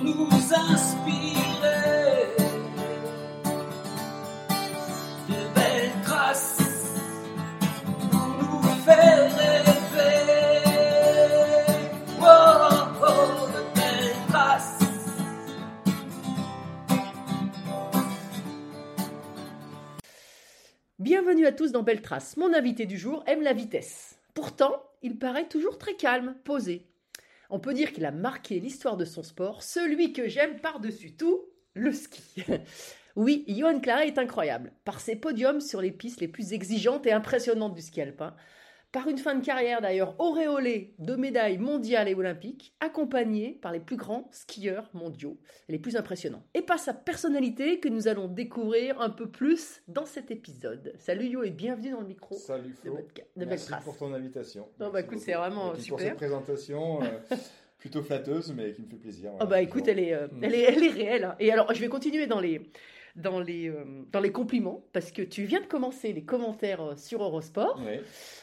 nous inspirer de belles traces pour nous faire rêver. Oh, oh, de belles traces. Bienvenue à tous dans Belle Trace. Mon invité du jour aime la vitesse. Pourtant, il paraît toujours très calme, posé. On peut dire qu'il a marqué l'histoire de son sport, celui que j'aime par-dessus tout, le ski. Oui, Johan Claret est incroyable, par ses podiums sur les pistes les plus exigeantes et impressionnantes du ski alpin, par une fin de carrière d'ailleurs auréolée de médailles mondiales et olympiques, accompagné par les plus grands skieurs mondiaux, les plus impressionnants. Et par sa personnalité que nous allons découvrir un peu plus dans cet épisode. Salut Yo et bienvenue dans le micro. Salut Flo, de merci Belle pour ton invitation. Non, bah, écoute, c'est vraiment et puis super. Pour cette présentation plutôt flatteuse mais qui me fait plaisir. Voilà, oh bah écoute, elle est réelle. Hein. Et alors, je vais continuer dans les compliments parce que tu viens de commencer les commentaires sur Eurosport. Oui.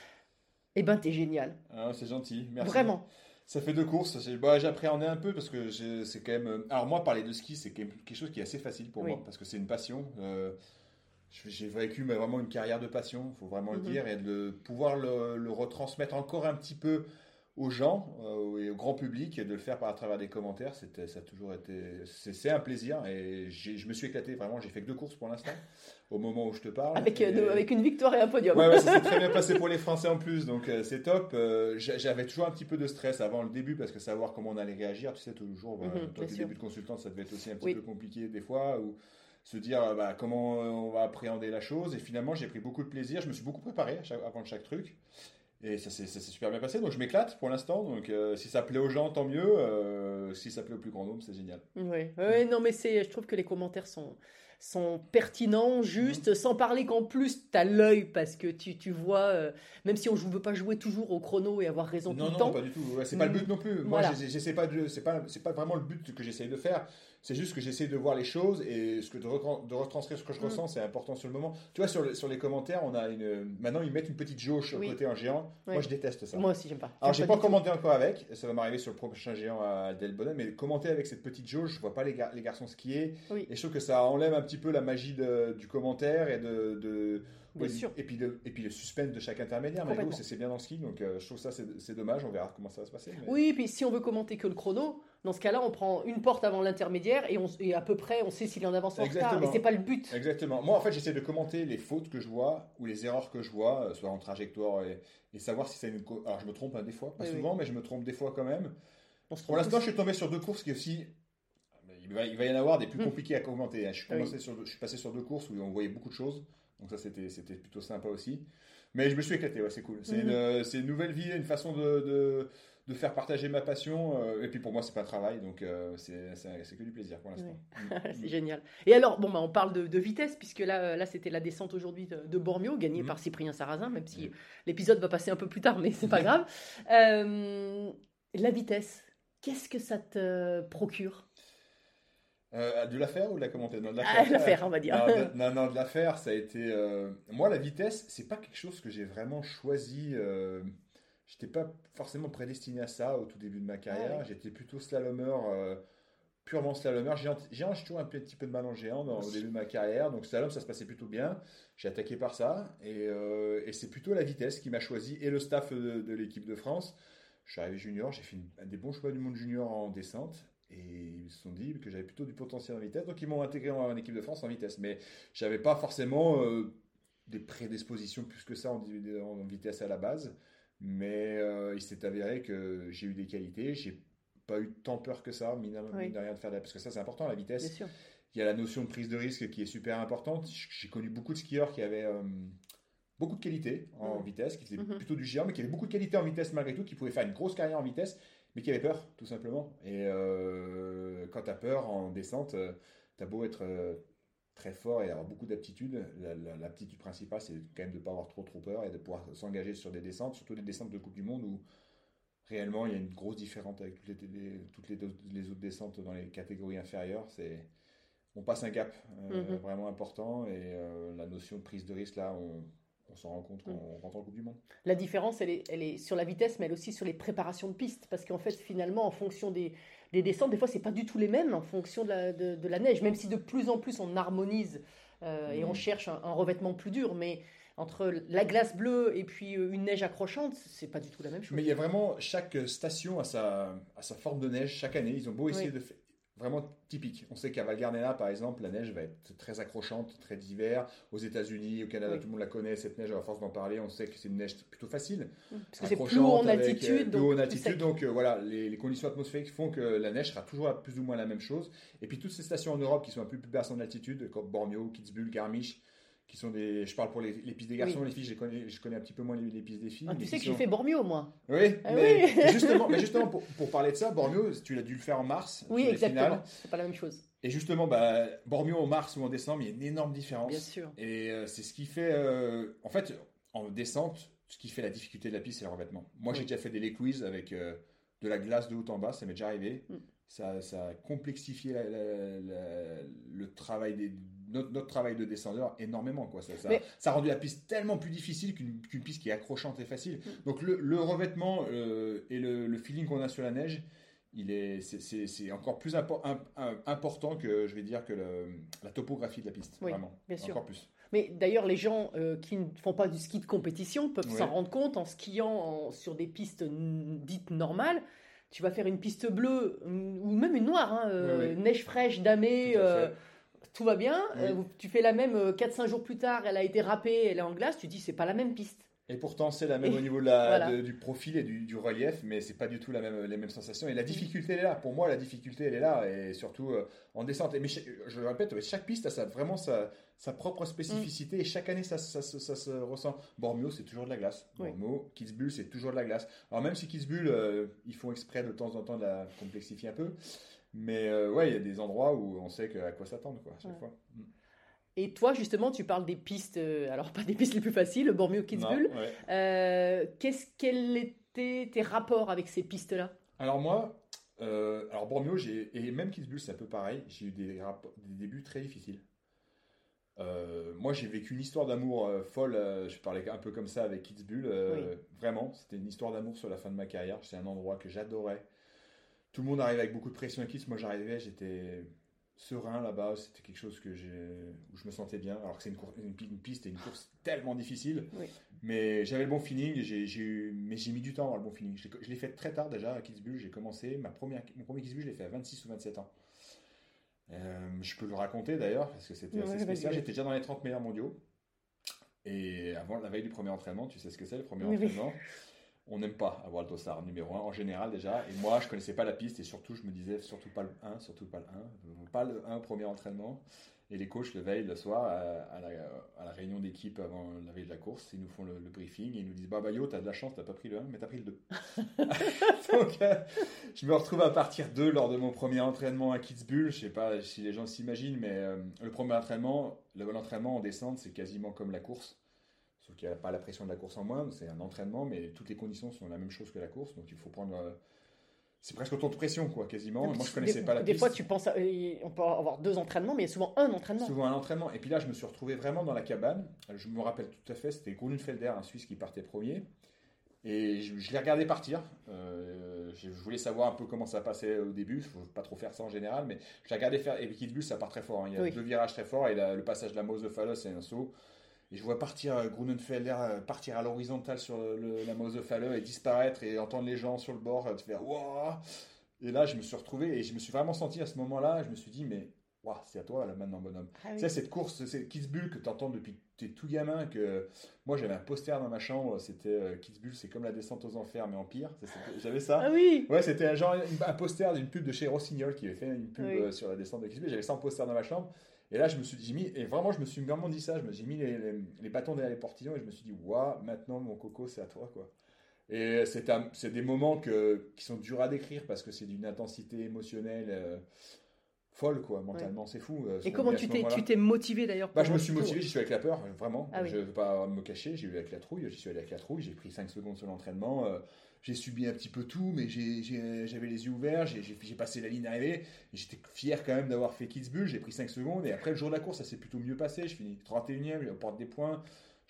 Eh ben, t'es génial. Ah, c'est gentil, merci. Vraiment. Ça fait 2 courses. J'appréhendais un peu parce que c'est quand même. Alors moi, parler de ski, c'est quand même quelque chose qui est assez facile pour moi parce que c'est une passion. J'ai vécu vraiment une carrière de passion, il faut vraiment le dire, et de pouvoir le retransmettre encore un petit peu aux gens et au grand public et de le faire à travers des commentaires, ça a toujours été, c'est un plaisir et je me suis éclaté vraiment. J'ai fait que 2 courses pour l'instant au moment où je te parle. Avec une victoire et un podium. Ouais, ça s'est très bien passé pour les Français en plus, donc c'est top. J'avais toujours un petit peu de stress avant le début parce que savoir comment on allait réagir, tu sais, toujours, toi, tes débuts de consultante, ça devait être aussi un petit peu compliqué des fois, ou se dire comment on va appréhender la chose. Et finalement, j'ai pris beaucoup de plaisir. Je me suis beaucoup préparé avant chaque truc. Et ça s'est super bien passé. Donc, je m'éclate pour l'instant. Donc, si ça plaît aux gens, tant mieux. Si ça plaît au plus grand nombre, c'est génial. Oui, non, mais je trouve que les commentaires sont pertinents, justes, sans parler qu'en plus, tu as l'œil parce que tu vois, même si on ne veut pas jouer toujours au chrono et avoir raison tout le temps. Non, pas du tout. Ouais, c'est pas le but non plus. Moi, Voilà. c'est pas vraiment le but que j'essaye de faire. C'est juste que j'essaie de voir les choses et de retranscrire ce que je ressens, c'est important sur le moment. Tu vois, sur les commentaires, maintenant ils mettent une petite jauge au côté en géant. Oui. Moi, je déteste ça. Moi aussi, j'aime pas. Alors, j'ai pas commenté encore avec, ça va m'arriver sur le prochain géant à Delbonne, mais commenter avec cette petite jauge, je vois pas les garçons skier. Oui. Et je trouve que ça enlève un petit peu la magie du commentaire et Bien sûr. et puis le suspense de chaque intermédiaire. Mais c'est bien dans le ski, donc je trouve ça c'est dommage. On verra comment ça va se passer. Mais... Oui, puis si on veut commenter que le chrono, dans ce cas-là, on prend une porte avant l'intermédiaire et à peu près on sait s'il est en avance ou en retard. Mais c'est pas le but. Exactement. Moi, en fait, j'essaie de commenter les fautes que je vois ou les erreurs que je vois, soit en trajectoire et savoir si c'est une. Alors, je me trompe des fois, pas souvent, mais je me trompe des fois quand même. Pour l'instant, je suis tombé sur 2 courses qui aussi. Il va y en avoir des plus compliqués à commenter. Je suis passé sur 2 courses où on voyait beaucoup de choses. Donc ça, c'était plutôt sympa aussi. Mais je me suis éclaté, c'est cool. C'est une nouvelle vie, une façon de faire partager ma passion. Et puis pour moi, c'est pas un travail, donc c'est que du plaisir pour l'instant. C'est génial. Et alors, on parle de vitesse, puisque là c'était la descente aujourd'hui de Bormio, gagnée par Cyprien Sarrazin, même si l'épisode va passer un peu plus tard, mais c'est pas grave. La vitesse, qu'est-ce que ça te procure ? De l'affaire ou de la commenter? Non, de l'affaire, on va dire. Non, de l'affaire, ça a été... Moi, la vitesse, c'est pas quelque chose que j'ai vraiment choisi. J'étais pas forcément prédestiné à ça au tout début de ma carrière. Ouais. J'étais plutôt slalomeur, purement slalomeur. Géant, j'ai toujours un petit peu de mal en géant au début de ma carrière. Donc slalom, ça se passait plutôt bien. J'ai attaqué par ça. Et c'est plutôt la vitesse qui m'a choisi et le staff de l'équipe de France. Je suis arrivé junior, j'ai fait des bons choix du monde junior en descente. Et ils se sont dit que j'avais plutôt du potentiel en vitesse. Donc ils m'ont intégré en équipe de France en vitesse. Mais je n'avais pas forcément des prédispositions plus que ça en vitesse à la base. Mais il s'est avéré que j'ai eu des qualités. J'ai pas eu tant peur que ça, mine de rien, de faire parce que ça, c'est important, la vitesse. Bien sûr. Il y a la notion de prise de risque qui est super importante. J'ai connu beaucoup de skieurs qui avaient beaucoup de qualités en vitesse, qui faisaient plutôt du géant, mais qui avaient beaucoup de qualités en vitesse malgré tout, qui pouvaient faire une grosse carrière en vitesse, mais qui avaient peur, tout simplement. Et quand tu as peur en descente, tu as beau être très fort et avoir beaucoup d'aptitude, l'aptitude principale, c'est quand même de ne pas avoir trop peur et de pouvoir s'engager sur des descentes, surtout des descentes de Coupe du Monde où réellement il y a une grosse différence avec toutes les autres descentes dans les catégories inférieures. On passe un gap vraiment important et la notion de prise de risque là, on s'en rend compte quand on rentre en Coupe du Monde. La différence, elle est sur la vitesse, mais elle aussi sur les préparations de piste. Parce qu'en fait, finalement, en fonction des descentes, des fois, c'est pas du tout les mêmes en fonction de la neige. Même si de plus en plus, on harmonise et on cherche un revêtement plus dur. Mais entre la glace bleue et puis une neige accrochante, c'est pas du tout la même chose. Mais il y a vraiment, chaque station a sa forme de neige chaque année. Ils ont beau essayer de faire vraiment typique. On sait qu'à Val Gardena, par exemple, la neige va être très accrochante, très d'hiver. Aux États-Unis, au Canada, tout le monde la connaît, cette neige. À force d'en parler, on sait que c'est une neige plutôt facile. Parce que c'est plus haut en altitude. Plus haut en altitude, donc voilà, les conditions atmosphériques font que la neige sera toujours à plus ou moins la même chose. Et puis toutes ces stations en Europe qui sont un peu plus basses en altitude, comme Bormio, Kitzbühel, Garmisch, qui sont je parle pour les pistes des garçons, les filles, je connais un petit peu moins les pistes des filles. Tu sais que j'ai fait Bormio, moi. Oui, mais justement pour parler de ça, Bormio, tu l'as dû le faire en mars. Oui, exactement. C'est pas la même chose. Et justement, Bormio en mars ou en décembre, il y a une énorme différence. Bien sûr. Et c'est ce qui fait, en fait, en descente, ce qui fait la difficulté de la piste, c'est le revêtement. Moi, j'ai déjà fait des lake quiz avec de la glace de haut en bas, ça m'est déjà arrivé. Ça a complexifié le travail notre travail de descendeur énormément, quoi. Ça a rendu la piste tellement plus difficile qu'une piste qui est accrochante et facile. Donc le revêtement et le feeling qu'on a sur la neige, c'est encore plus important que, je vais dire, que la topographie de la piste. Oui, vraiment. Bien sûr. Encore plus. Mais d'ailleurs, les gens qui ne font pas du ski de compétition peuvent s'en rendre compte en skiant sur des pistes dites normales. Tu vas faire une piste bleue ou même une noire, neige fraîche, damée, tout va bien. Tu fais la même 4-5 jours plus tard, elle a été râpée, elle est en glace, tu dis c'est pas la même piste. Et pourtant, c'est la même au niveau du profil et du relief, mais c'est pas du tout les mêmes sensations. Et la difficulté, elle est là. Pour moi, la difficulté, elle est là, et surtout en descente. Mais je le répète, chaque piste a vraiment sa propre spécificité, et chaque année, ça se ressent. Bormio, c'est toujours de la glace. Bormio, Kitzbühel, c'est toujours de la glace. Alors même si Kitzbühel, ils font exprès de temps en temps de la complexifier un peu, mais il y a des endroits où on sait à quoi s'attendre, quoi, à chaque fois. Et toi, justement, tu parles des pistes, alors pas des pistes les plus faciles, Bormio, Kitzbühel. Quels étaient tes rapports avec ces pistes-là? Alors moi, Bormio, et même Kitzbühel, c'est un peu pareil, j'ai eu des débuts très difficiles. Moi, j'ai vécu une histoire d'amour folle, je parlais un peu comme ça avec Kitzbühel, vraiment, c'était une histoire d'amour sur la fin de ma carrière, c'est un endroit que j'adorais. Tout le monde arrivait avec beaucoup de pression à Kitz, moi j'arrivais, j'étais serein là-bas, c'était quelque chose où je me sentais bien, alors que c'est une piste et une course tellement difficile, mais j'avais le bon feeling, mais j'ai mis du temps à avoir le bon feeling. Je l'ai fait très tard déjà à Kitzbühel, j'ai commencé, mon premier Kitzbühel, je l'ai fait à 26 ou 27 ans. Je peux le raconter d'ailleurs, parce que c'était assez spécial, j'étais déjà dans les 30 meilleurs mondiaux, et avant la veille du premier entraînement, tu sais ce que c'est le premier entraînement? On n'aime pas avoir le dossard numéro 1 en général déjà, et moi je connaissais pas la piste, et surtout je me disais surtout pas le 1, pas le 1 au premier entraînement. Et les coachs le veille, le soir, à la réunion d'équipe avant la veille de la course, ils nous font le briefing et ils nous disent yo, t'as de la chance, t'as pas pris le 1, mais t'as pris le 2. Donc je me retrouve à partir 2 lors de mon premier entraînement à Kitzbühel. Je sais pas si les gens s'imaginent, mais le premier entraînement, l'entraînement en descente, c'est quasiment comme la course. Sauf qu'il n'y a pas la pression de la course en moins, c'est un entraînement, mais toutes les conditions sont la même chose que la course, donc il faut prendre... c'est presque autant de pression, quoi, quasiment. Moi, je connaissais pas la piste. Des fois, tu penses, on peut avoir 2 entraînements, mais il y a souvent un entraînement. Souvent un entraînement. Et puis là, je me suis retrouvé vraiment dans la cabane. Je me rappelle tout à fait, c'était Grunenfelder, un Suisse qui partait premier. Et je l'ai regardé partir. Je voulais savoir un peu comment ça passait au début. Il ne faut pas trop faire ça en général, mais je l'ai regardé faire. Et puis Kitzbühel, ça part très fort. Il y a 2 virages très forts, et le passage de la Mosefalles, c'est un saut. Et je vois partir Grunenfelder partir à l'horizontale sur la Mosefalles et disparaître, et entendre les gens sur le bord te faire waouh. Et là, je me suis retrouvé et je me suis vraiment senti à ce moment-là. Je me suis dit, mais waouh, c'est à toi là maintenant, bonhomme. Tu sais, cette course, c'est Kitzbühel que tu entends depuis que tu es tout gamin. Que moi, j'avais un poster dans ma chambre. C'était Kitzbühel, c'est comme la descente aux enfers, mais en pire. J'avais ça. Ah oui. Ouais, c'était un poster d'une pub de chez Rossignol qui avait fait une pub sur la descente de Kitzbühel. J'avais ça en poster dans ma chambre. Et là, je me suis dit, je me suis vraiment dit ça. J'ai mis les bâtons derrière les portillons et je me suis dit, waouh, maintenant mon coco, c'est à toi, quoi. Et c'est des moments qui sont durs à décrire parce que c'est d'une intensité émotionnelle folle, quoi, mentalement, c'est fou. Et comment tu t'es motivé d'ailleurs Je me suis motivé, j'y suis avec la peur, vraiment. Ah, je ne veux pas me cacher, j'y suis allé avec la trouille, j'ai pris 5 secondes sur l'entraînement. J'ai subi un petit peu tout, mais j'avais les yeux ouverts, j'ai passé la ligne d'arrivée, et j'étais fier quand même d'avoir fait Kitzbühel, j'ai pris 5 secondes, et après le jour de la course, ça s'est plutôt mieux passé, je finis 31e, je porte des points,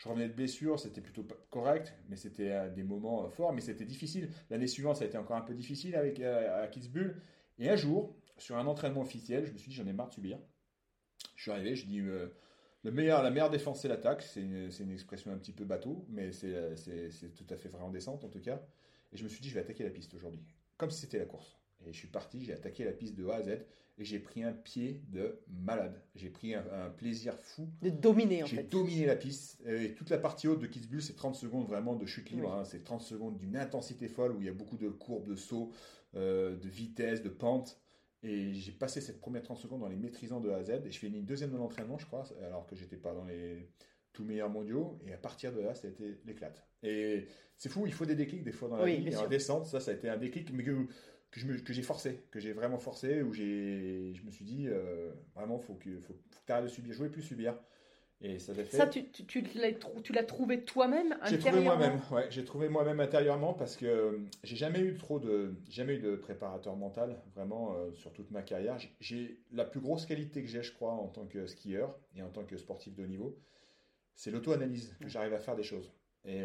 Je revenais de blessure, c'était plutôt correct, mais c'était des moments forts, mais c'était difficile. L'année suivante, ça a été encore un peu difficile avec à Kitzbühel. Et un jour, sur un entraînement officiel, je me suis dit, j'en ai marre de subir. Je suis arrivé, je dis, la meilleure défense, c'est l'attaque. C'est une expression un petit peu bateau, mais c'est tout à fait vrai en descente, en tout cas. Et je me suis dit, je vais attaquer la piste aujourd'hui, comme si c'était la course. Et je suis parti, j'ai attaqué la piste de A à Z, et j'ai pris un pied de malade. J'ai pris un plaisir fou. De dominer, en J'ai fait. dominé la piste. Et toute la partie haute de Kitzbühel, c'est 30 secondes vraiment de chute libre. Oui. Hein. C'est 30 secondes d'une intensité folle où il y a beaucoup de courbes, de sauts, de vitesse, de pente. Et j'ai passé cette première 30 secondes en les maîtrisant de A à Z. Et je fais une deuxième de l'entraînement, je crois, alors que j'étais pas dans les tout meilleurs mondiaux. Et à partir de là, ça a été l'éclate. Et c'est fou, il faut des déclics des fois dans la Oui, vie. bien Et en sûr. descente, ça a été un déclic, mais que j'ai forcé, que j'ai vraiment forcé, où je me suis dit, vraiment, faut que tu arrêtes de subir. Je ne voulais plus subir. Et ça l'a fait. Ça, tu l'as trouvé toi-même, J'ai trouvé intérieurement? moi-même, ouais, j'ai trouvé moi-même intérieurement parce que j'ai jamais eu de préparateur mental vraiment sur toute ma carrière. J'ai la plus grosse qualité que j'ai, je crois, en tant que skieur et en tant que sportif de haut niveau, c'est l'auto-analyse, que j'arrive à faire des choses. Et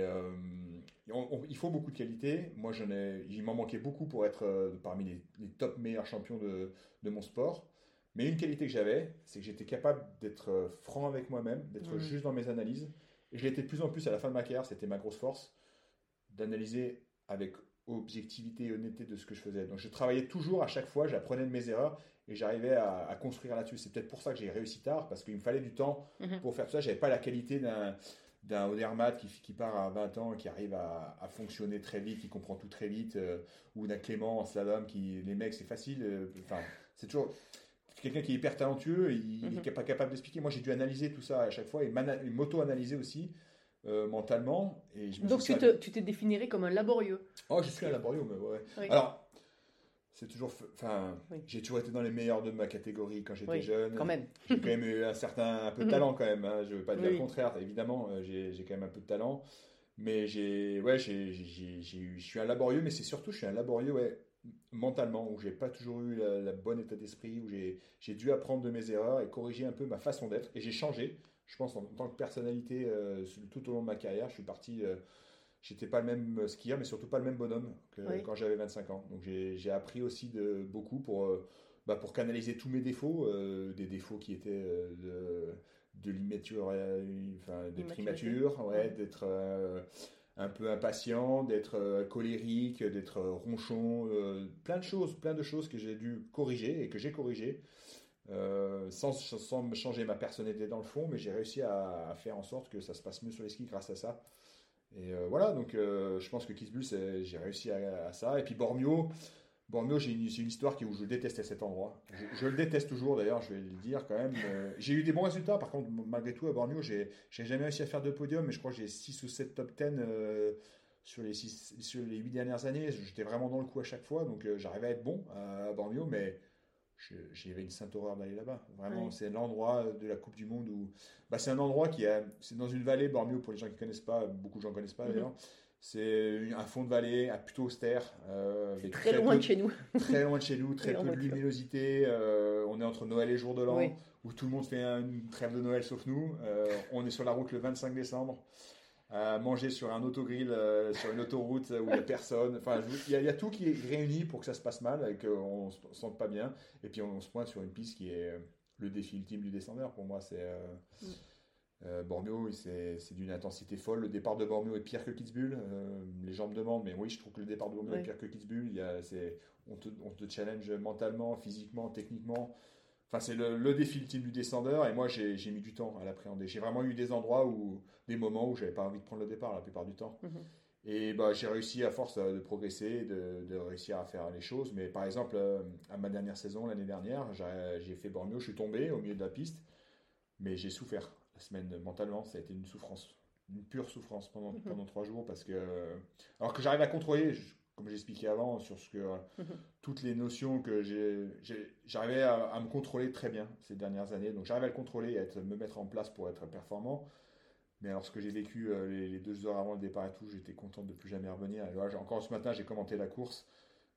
il faut beaucoup de qualité. Moi, il m'en manquait beaucoup pour être parmi les top meilleurs champions de mon sport. Mais une qualité que j'avais, c'est que j'étais capable d'être franc avec moi-même, d'être juste dans mes analyses. Et je l'étais de plus en plus à la fin de ma carrière, c'était ma grosse force, d'analyser avec objectivité et honnêteté de ce que je faisais. Donc je travaillais toujours, à chaque fois, j'apprenais de mes erreurs et j'arrivais à construire là-dessus. C'est peut-être pour ça que j'ai réussi tard, parce qu'il me fallait du temps pour faire tout ça. J'avais pas la qualité d'un Odermatt qui part à 20 ans, qui arrive à fonctionner très vite, qui comprend tout très vite, ou d'un Clément en slalom, les mecs, c'est facile. Enfin, c'est toujours quelqu'un qui est hyper talentueux, il n'est pas capable d'expliquer. Moi, j'ai dû analyser tout ça à chaque fois et m'auto-analyser aussi mentalement. Et je me Donc suis tu te définirais comme un laborieux. Oh, je suis un laborieux, mais ouais. Oui. Alors, c'est toujours. Enfin, Oui. j'ai toujours été dans les meilleurs de ma catégorie quand j'étais Oui, jeune. quand même. J'ai quand même eu un peu de talent quand même. Hein. Je ne veux pas dire Oui. le contraire, évidemment. J'ai quand même un peu de talent. Mais je suis un laborieux, mais c'est surtout, je suis un laborieux, ouais, mentalement, où j'ai pas toujours eu la bonne état d'esprit, où j'ai dû apprendre de mes erreurs et corriger un peu ma façon d'être. Et j'ai changé, je pense, en tant que personnalité tout au long de ma carrière. Je suis parti, j'étais pas le même skieur, mais surtout pas le même bonhomme que Oui. quand j'avais 25 ans. Donc j'ai appris aussi beaucoup pour canaliser tous mes défauts, des défauts qui étaient de l'immature, enfin, d'être Immaturité. immature, ouais, Ouais. d'être un peu impatient, d'être colérique, d'être ronchon, plein de choses que j'ai dû corriger et que j'ai corrigé sans me changer ma personnalité dans le fond, mais j'ai réussi à faire en sorte que ça se passe mieux sur les skis grâce à ça. Et voilà, donc je pense que Kitzbühel, j'ai réussi à ça. Et puis Bormio, j'ai une histoire où je détestais cet endroit. Je le déteste toujours d'ailleurs, je vais le dire quand même. J'ai eu des bons résultats, par contre, malgré tout, à Bormio, j'ai jamais réussi à faire de podium, mais je crois que j'ai 6 ou 7 top 10 sur les 8 dernières années. J'étais vraiment dans le coup à chaque fois, donc j'arrivais à être bon à Bormio, mais j'avais une sainte horreur d'aller là-bas. Vraiment, Ouais. c'est l'endroit de la Coupe du Monde où. Bah, c'est un endroit c'est dans une vallée, Bormio, pour les gens qui ne connaissent pas, beaucoup de gens ne connaissent pas d'ailleurs. C'est un fond de vallée plutôt austère, avec Très loin de chez nous. très loin de chez nous, très Oui, en peu de voiture. luminosité. On est entre Noël et jour de l'an, Oui. où tout le monde fait une trêve de Noël sauf nous. On est sur la route le 25 décembre, à manger sur un autogrill, sur une autoroute où il n'y a personne. Enfin, il y a tout qui est réuni pour que ça se passe mal et qu'on ne se sente pas bien. Et puis on se pointe sur une piste qui est le défi ultime du descendeur. Pour moi, c'est. Bormio, c'est d'une intensité folle. Le départ de Bormio est pire que Kitzbühel. Les gens me demandent, mais oui, je trouve que le départ de Bormio est pire que Kitzbühel. On te challenge mentalement, physiquement, techniquement. Enfin, c'est le défi ultime du descendeur. Et moi, j'ai mis du temps à l'appréhender. J'ai vraiment eu des moments où j'avais pas envie de prendre le départ la plupart du temps. Et bah, j'ai réussi à force de progresser, de réussir à faire les choses. Mais par exemple, à ma dernière saison, l'année dernière, j'ai fait Bormio, je suis tombé au milieu de la piste, mais j'ai souffert la semaine mentalement. Ça a été une souffrance, une pure souffrance pendant 3 jours parce que, alors que j'arrive à contrôler, comme j'expliquais avant, sur toutes les notions que j'arrivais à me contrôler très bien ces dernières années. Donc j'arrive à le contrôler, me mettre en place pour être performant. Mais alors, ce que j'ai vécu les 2 heures avant le départ et tout, j'étais content de ne plus jamais revenir. Et là, encore ce matin, j'ai commenté la course.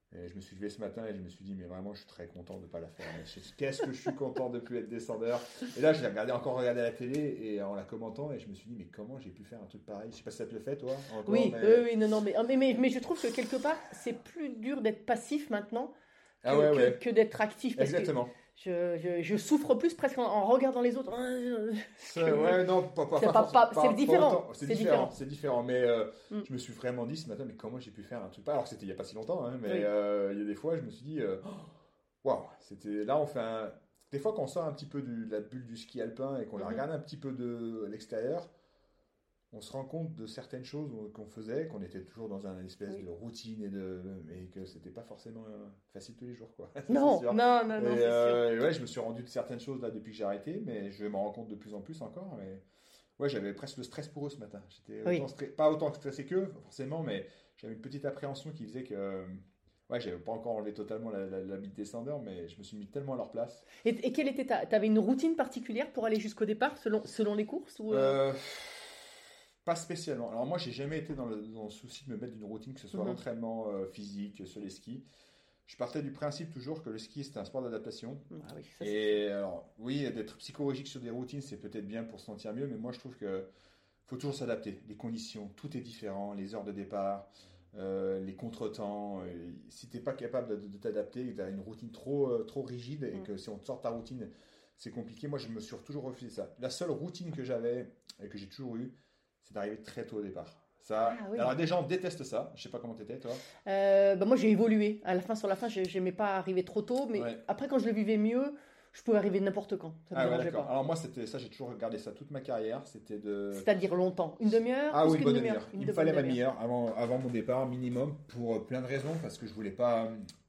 Et je me suis levé ce matin et je me suis dit, mais vraiment, je suis très content de ne pas la faire. Qu'est-ce que je suis content de ne plus être descendeur. Et là, j'ai encore regardé la télé et en la commentant, et je me suis dit, mais comment j'ai pu faire un truc pareil? Je sais pas si ça te le fait, toi, encore, Oui, mais... oui, non, mais je trouve que quelque part, c'est plus dur d'être passif maintenant Ah ouais, ouais. que d'être actif. Parce Exactement. que je souffre plus presque en regardant les autres. Ouais, non, C'est différent. autant. C'est différent, c'est différent. Mais Mm. je me suis vraiment dit ce matin, mais comment j'ai pu faire un truc pareil? Alors que c'était il n'y a pas si longtemps, hein, mais Oui. il y a des fois, je me suis dit, waouh, c'était là, on fait un. Des fois, quand on sort un petit peu de la bulle du ski alpin et qu'on la Mhm. regarde un petit peu de l'extérieur, on se rend compte de certaines choses qu'on faisait, qu'on était toujours dans une espèce Oui. de routine et que c'était pas forcément facile tous les jours, quoi. Ça, Non, c'est sûr. non, Et, c'est sûr. et ouais, je me suis rendu de certaines choses là depuis que j'ai arrêté, mais je m'en rends compte de plus en plus encore. Mais ouais, j'avais presque le stress pour eux ce matin. J'étais Oui. pas autant stressé qu'eux, forcément, mais j'avais une petite appréhension qui faisait que ouais, j'avais pas encore enlevé totalement la bite descendeur, mais je me suis mis tellement à leur place. Et quelle était t'avais une routine particulière pour aller jusqu'au départ selon les courses ou Pas spécialement. Alors moi, j'ai jamais été dans le souci de me mettre d'une routine, que ce soit Mhm. l'entraînement physique, sur les skis. Je partais du principe toujours que le ski, c'était un sport d'adaptation. Ah oui, ça, c'est Et alors, oui, d'être psychologique sur des routines, c'est peut-être bien pour se sentir mieux, mais moi, je trouve que faut toujours s'adapter. Les conditions, tout est différent, les heures de départ, les contretemps. Si tu n'es pas capable de t'adapter, que tu as une routine trop rigide et que si on te sort ta routine, c'est compliqué. Moi, je me suis toujours refusé ça. La seule routine que j'avais et que j'ai toujours eue, c'est d'arriver très tôt au départ. Ça, Ah oui. alors des gens détestent ça. Je sais pas comment t'étais, toi. Bah moi j'ai évolué. Sur la fin, j'aimais pas arriver trop tôt, mais Ouais. après quand je le vivais mieux, je pouvais arriver n'importe quand. Ça me Ah ouais, dérangeait d'accord. pas. Alors moi, c'était ça, j'ai toujours regardé ça toute ma carrière. C'était de... C'est-à-dire longtemps. Une demi-heure? Ah Plus oui, une qu'une bonne demi-heure. demi-heure. Il me fallait ma demi-heure avant mon départ, minimum, pour plein de raisons, parce que je voulais pas...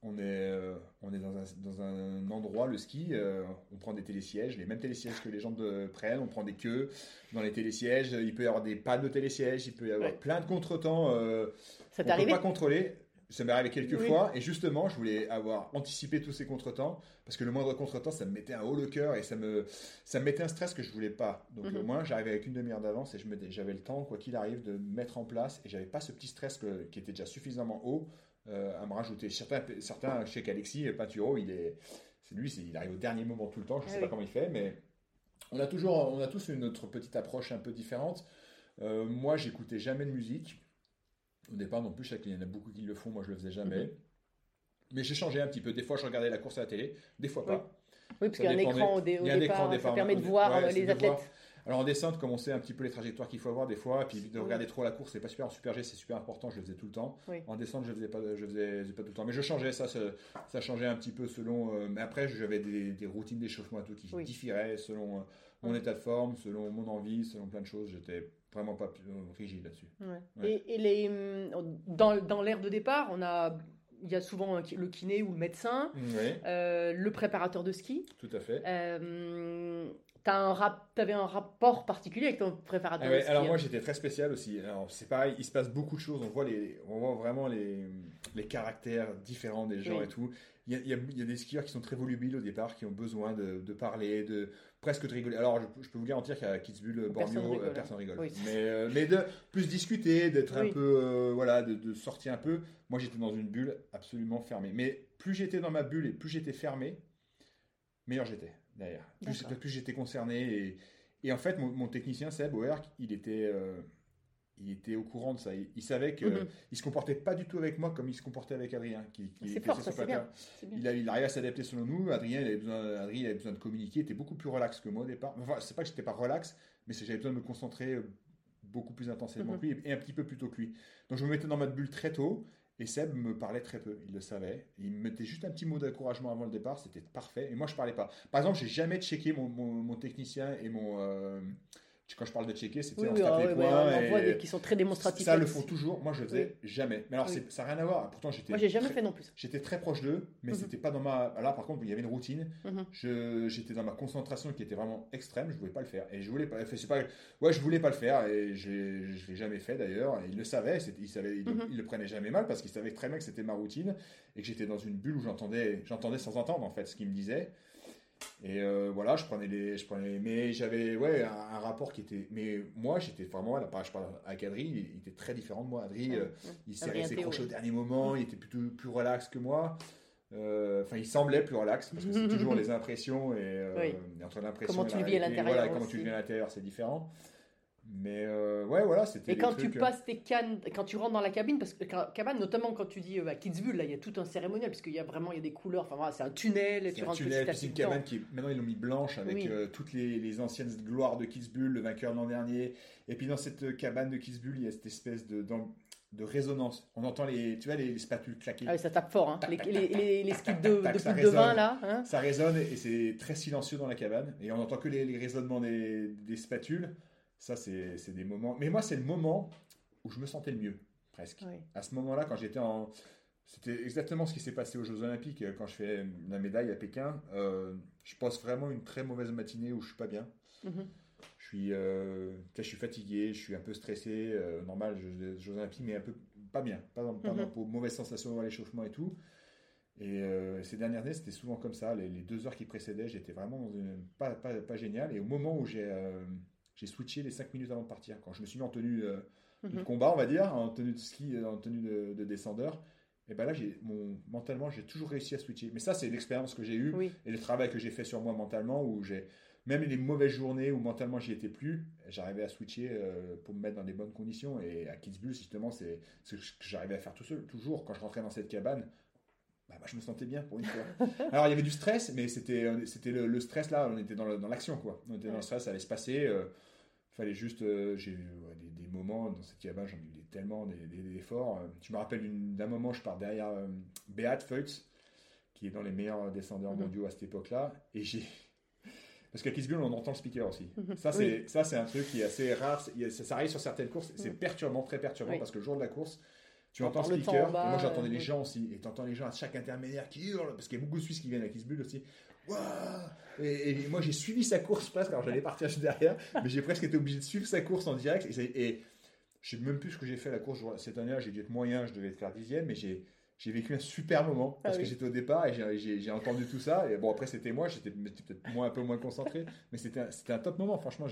on est dans un endroit, le ski, on prend des télésièges, les mêmes télésièges que les gens prennent, on prend des queues dans les télésièges, il peut y avoir des pannes de télésièges, il peut y avoir Ouais. plein de contretemps Ça on t'est ne peut arrivé? pas contrôler. Ça m'est arrivé quelques Oui. fois, et justement, je voulais avoir anticipé tous ces contretemps, parce que le moindre contretemps, ça me mettait un haut le cœur, et ça me mettait un stress que je voulais pas. Donc Mhm. moi, j'arrivais avec une demi-heure d'avance, et j'avais le temps, quoi qu'il arrive, de mettre en place, et j'avais pas ce petit stress qui était déjà suffisamment haut à me rajouter. Certains, je sais qu'Alexis Pinturo, il arrive au dernier moment tout le temps, je sais Ah pas oui. comment il fait, mais on a tous notre petite approche un peu différente. Moi, j'écoutais jamais de musique. Au départ non plus, je sais qu'il y en a beaucoup qui le font, moi je le faisais jamais. Mhm. Mais j'ai changé un petit peu. Des fois je regardais la course à la télé, des fois Oui. pas. Oui, parce Ça qu'il y a un dépendait. écran Il y a un écran au départ, ça départ. permet de voir Ouais, c'est les de voir. athlètes. Alors en descente, comme on sait un petit peu les trajectoires qu'il faut avoir des fois, et puis de Oui. regarder trop la course, c'est pas super. En super G, c'est super important, je le faisais tout le temps. Oui. En descente, je faisais pas tout le temps. Mais je changeais, ça changeait un petit peu selon. Mais après, j'avais des routines d'échauffement et tout qui Oui. différaient selon mon état de forme, selon mon envie, selon plein de choses. J'étais vraiment pas rigide là-dessus. Ouais. Ouais. Dans l'ère de départ, il y a souvent le kiné ou le médecin, Oui, le préparateur de ski. tout à fait. T'avais un rapport particulier avec ton préparateur de ski. Alors moi j'étais très spécial aussi. Alors c'est pareil, il se passe beaucoup de choses. On voit vraiment les caractères différents des gens Oui. et tout. Il y a des skieurs qui sont très volubiles au départ, qui ont besoin de parler, presque de rigoler. Alors je peux vous garantir qu'à Kitzbühel, Personne Bormio, rigole, personne rigole. Oui. Mais de plus discuter, d'être un Oui. peu, voilà, de sortir un peu. Moi j'étais dans une bulle absolument fermée. Mais plus j'étais dans ma bulle et plus j'étais fermé, meilleur j'étais derrière. D'accord. Plus j'étais concerné. Et en fait, mon technicien, Seb Oerk, il était au courrant de ça. Il savait qu'il Mhm. ne se comportait pas du tout avec moi comme il se comportait avec Adrien. C'est fort, ça, c'est bien. C'est bien. Il arrivait à s'adapter selon nous. Adrien, il avait besoin de communiquer. Il était beaucoup plus relax que moi au départ. Enfin, c'est pas que j'étais pas relax, mais j'avais besoin de me concentrer beaucoup plus intensément Mhm. que lui et un petit peu plus tôt que lui. Donc je me mettais dans ma bulle très tôt. Et Seb me parlait très peu, il le savait. Il me mettait juste un petit mot d'encouragement avant le départ, c'était parfait. Et moi, je parlais pas. Par exemple, j'ai jamais checké mon technicien et quand je parle de checker, c'était on se tape les points. On voit et qui sont très démonstratifs. ça le font toujours. Moi, je le faisais Oui. jamais. Mais alors, Oui. ça n'a rien à voir. Pourtant, Moi, j'ai jamais fait non plus. J'étais très proche d'eux, mais Mhm. c'était pas dans ma. Là, par contre, il y avait une routine. Mhm. J'étais dans ma concentration qui était vraiment extrême. Je voulais pas le faire. Et je voulais pas. C'est pas. Ouais, je voulais pas le faire. Et je l'ai jamais fait d'ailleurs. Et il le savait. Il savait. Mhm. Il le prenait jamais mal parce qu'il savait très bien que c'était ma routine et que j'étais dans une bulle où j'entendais sans entendre en fait ce qu'il me disait. Et voilà, mais j'avais un rapport qui était. Mais moi, j'étais vraiment, là, je parle avec Adri, il était très différent de moi. Adri, il s'est resté crochet au dernier moment, il était plutôt plus relax que moi. Enfin, il semblait plus relax parce que c'est toujours les impressions et entre l'impression comment et tu la le vis à réalité, l'intérieur voilà, comment aussi. tu le vis à l'intérieur, c'est différent. Mais voilà, c'était. Et des quand tu trucs, passes tes cannes, quand tu rentres dans la cabine, parce que cabane, notamment quand tu dis à Kitzbühel, là, il y a tout un cérémonial, parce qu'il y a vraiment, il y a des couleurs, enfin voilà, c'est un tunnel, c'est tu un rentres tunnel, petit à puis c'est une petit cabane qui maintenant ils l'ont mis blanche avec Oui. toutes les anciennes gloires de Kitzbühel, le vainqueur de l'an dernier. Et puis dans cette cabane de Kitzbühel, il y a cette espèce de résonance. On entend tu vois, les spatules claquer. Ah oui, ça tape fort, hein. Les skips de tac, ça boule de vin, résonne. là. Hein. Ça résonne et c'est très silencieux dans la cabane. Et on n'entend que les résonnements des spatules. Ça, c'est des moments. Mais moi, c'est le moment où je me sentais le mieux, presque. Oui. À ce moment-là, quand j'étais en. C'était exactement ce qui s'est passé aux Jeux Olympiques quand je fais la médaille à Pékin. Je passe vraiment une très mauvaise matinée où je suis pas bien. Mhm. Je suis fatigué, je suis un peu stressé. Normal, Jeux Olympiques, mais un peu pas bien. Pas dans mauvaise sensation à l'échauffement et tout. Et ces dernières années, c'était souvent comme ça. Les 2 heures qui précédaient, j'étais vraiment dans pas génial. Et au moment où j'ai switché les 5 minutes avant de partir, quand je me suis mis en tenue de combat, on va dire, en tenue de ski, en tenue de descendeur, et ben là, mentalement, j'ai toujours réussi à switcher. Mais ça, c'est l'expérience que j'ai eue Oui. et le travail que j'ai fait sur moi mentalement, où même les mauvaises journées où mentalement j'y étais plus, j'arrivais à switcher pour me mettre dans des bonnes conditions. Et à Kitzbühel, justement, c'est ce que j'arrivais à faire tout seul. Toujours, quand je rentrais dans cette cabane, je me sentais bien pour une fois. Alors, il y avait du stress, mais c'était le stress là, on était dans l'action, quoi. On était dans le stress, ça allait se passer. Fallait juste. J'ai eu des moments dans cette cabane, j'en ai eu tellement des efforts. Je me rappelle d'un moment, je pars derrière Beat Feutz, qui est dans les meilleurs descendeurs mondiaux à cette époque-là. Et parce qu'à Kitzbühel, on entend le speaker aussi. Ça, c'est un truc qui est assez rare. Ça arrive sur certaines courses. C'est perturbant, très perturbant, parce que le jour de la course, tu entends le speaker. Et moi, j'entendais les gens aussi. Et tu entends les gens à chaque intermédiaire qui hurlent, parce qu'il y a beaucoup de Suisses qui viennent à Kitzbühel aussi. Waouh! Et moi, j'ai suivi sa course presque. Alors, j'allais partir juste derrière, mais j'ai presque été obligé de suivre sa course en direct. Et je ne sais même plus ce que j'ai fait à la course. Cette année-là, j'ai dû être moyen, je devais être faire 10e, mais j'ai vécu un super moment parce que j'étais au départ et j'ai entendu tout ça. Et bon, après, c'était moi, j'étais peut-être un peu moins concentré, mais c'était un top moment. Franchement,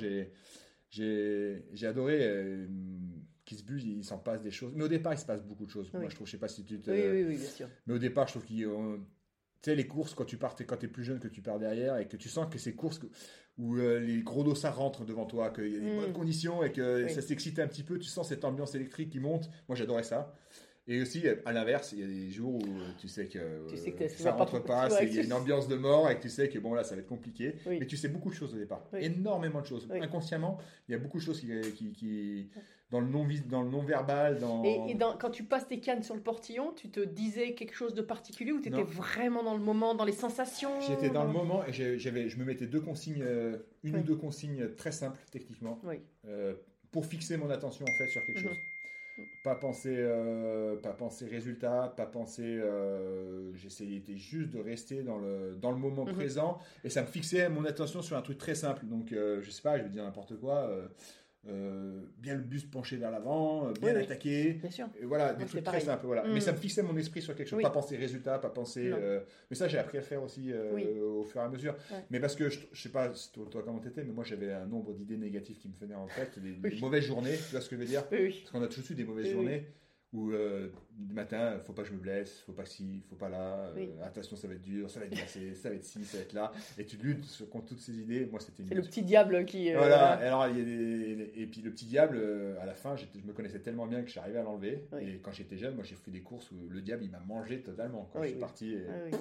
j'ai adoré. Kitzbühel, il s'en passe des choses. Mais au départ, il se passe beaucoup de choses. Moi, je trouve, je sais pas si tu te. Oui, bien sûr. Mais au départ, je trouve qu'il. Tu sais, les courses, quand tu es plus jeune, que tu pars derrière et que tu sens que ces courses où les gros dossards rentrent devant toi, qu'il y a des bonnes conditions et que ça s'excite un petit peu, tu sens cette ambiance électrique qui monte. Moi, j'adorais ça. Et aussi, à l'inverse, il y a des jours où tu sais que ça rentre pas, il y a une ambiance de mort et que tu sais que bon, là, ça va être compliqué. Mais tu sais beaucoup de choses au départ. Énormément de choses. Inconsciemment, il y a beaucoup de choses qui dans le non-verbal. Quand tu passes tes cannes sur le portillon, tu te disais quelque chose de particulier ou tu étais vraiment dans le moment, dans les sensations? J'étais dans le moment et je me mettais 2 consignes, ou 2 consignes très simples techniquement pour fixer mon attention en fait sur quelque chose. Pas penser résultat, pas penser. J'essayais juste de rester dans le moment présent et ça me fixait mon attention sur un truc très simple. Donc, je sais pas, je vais dire n'importe quoi. Bien le buste penché vers l'avant, bien attaquer. Bien sûr. Et voilà, des trucs très simples. Voilà. Mais ça me fixait mon esprit sur quelque chose. Pas penser résultat, pas penser. Mais ça, j'ai appris à le faire aussi au fur et à mesure. Mais parce que je sais pas toi comment t'étais, mais moi j'avais un nombre d'idées négatives qui me venaient en tête. Des mauvaises journées, tu vois ce que je veux dire? Parce qu'on a tous eu des mauvaises journées. Où du matin, faut pas que je me blesse, faut pas ci, faut pas là, attention, ça va être dur, ça va être glacé, ça va être ci, ça va être là, et tu luttes contre toutes ces idées. Moi, c'était le petit diable qui. Voilà. Alors, et puis le petit diable, à la fin, je me connaissais tellement bien que j'arrivais à l'enlever. Et quand j'étais jeune, moi, j'ai fait des courses où le diable, il m'a mangé totalement quand je suis parti.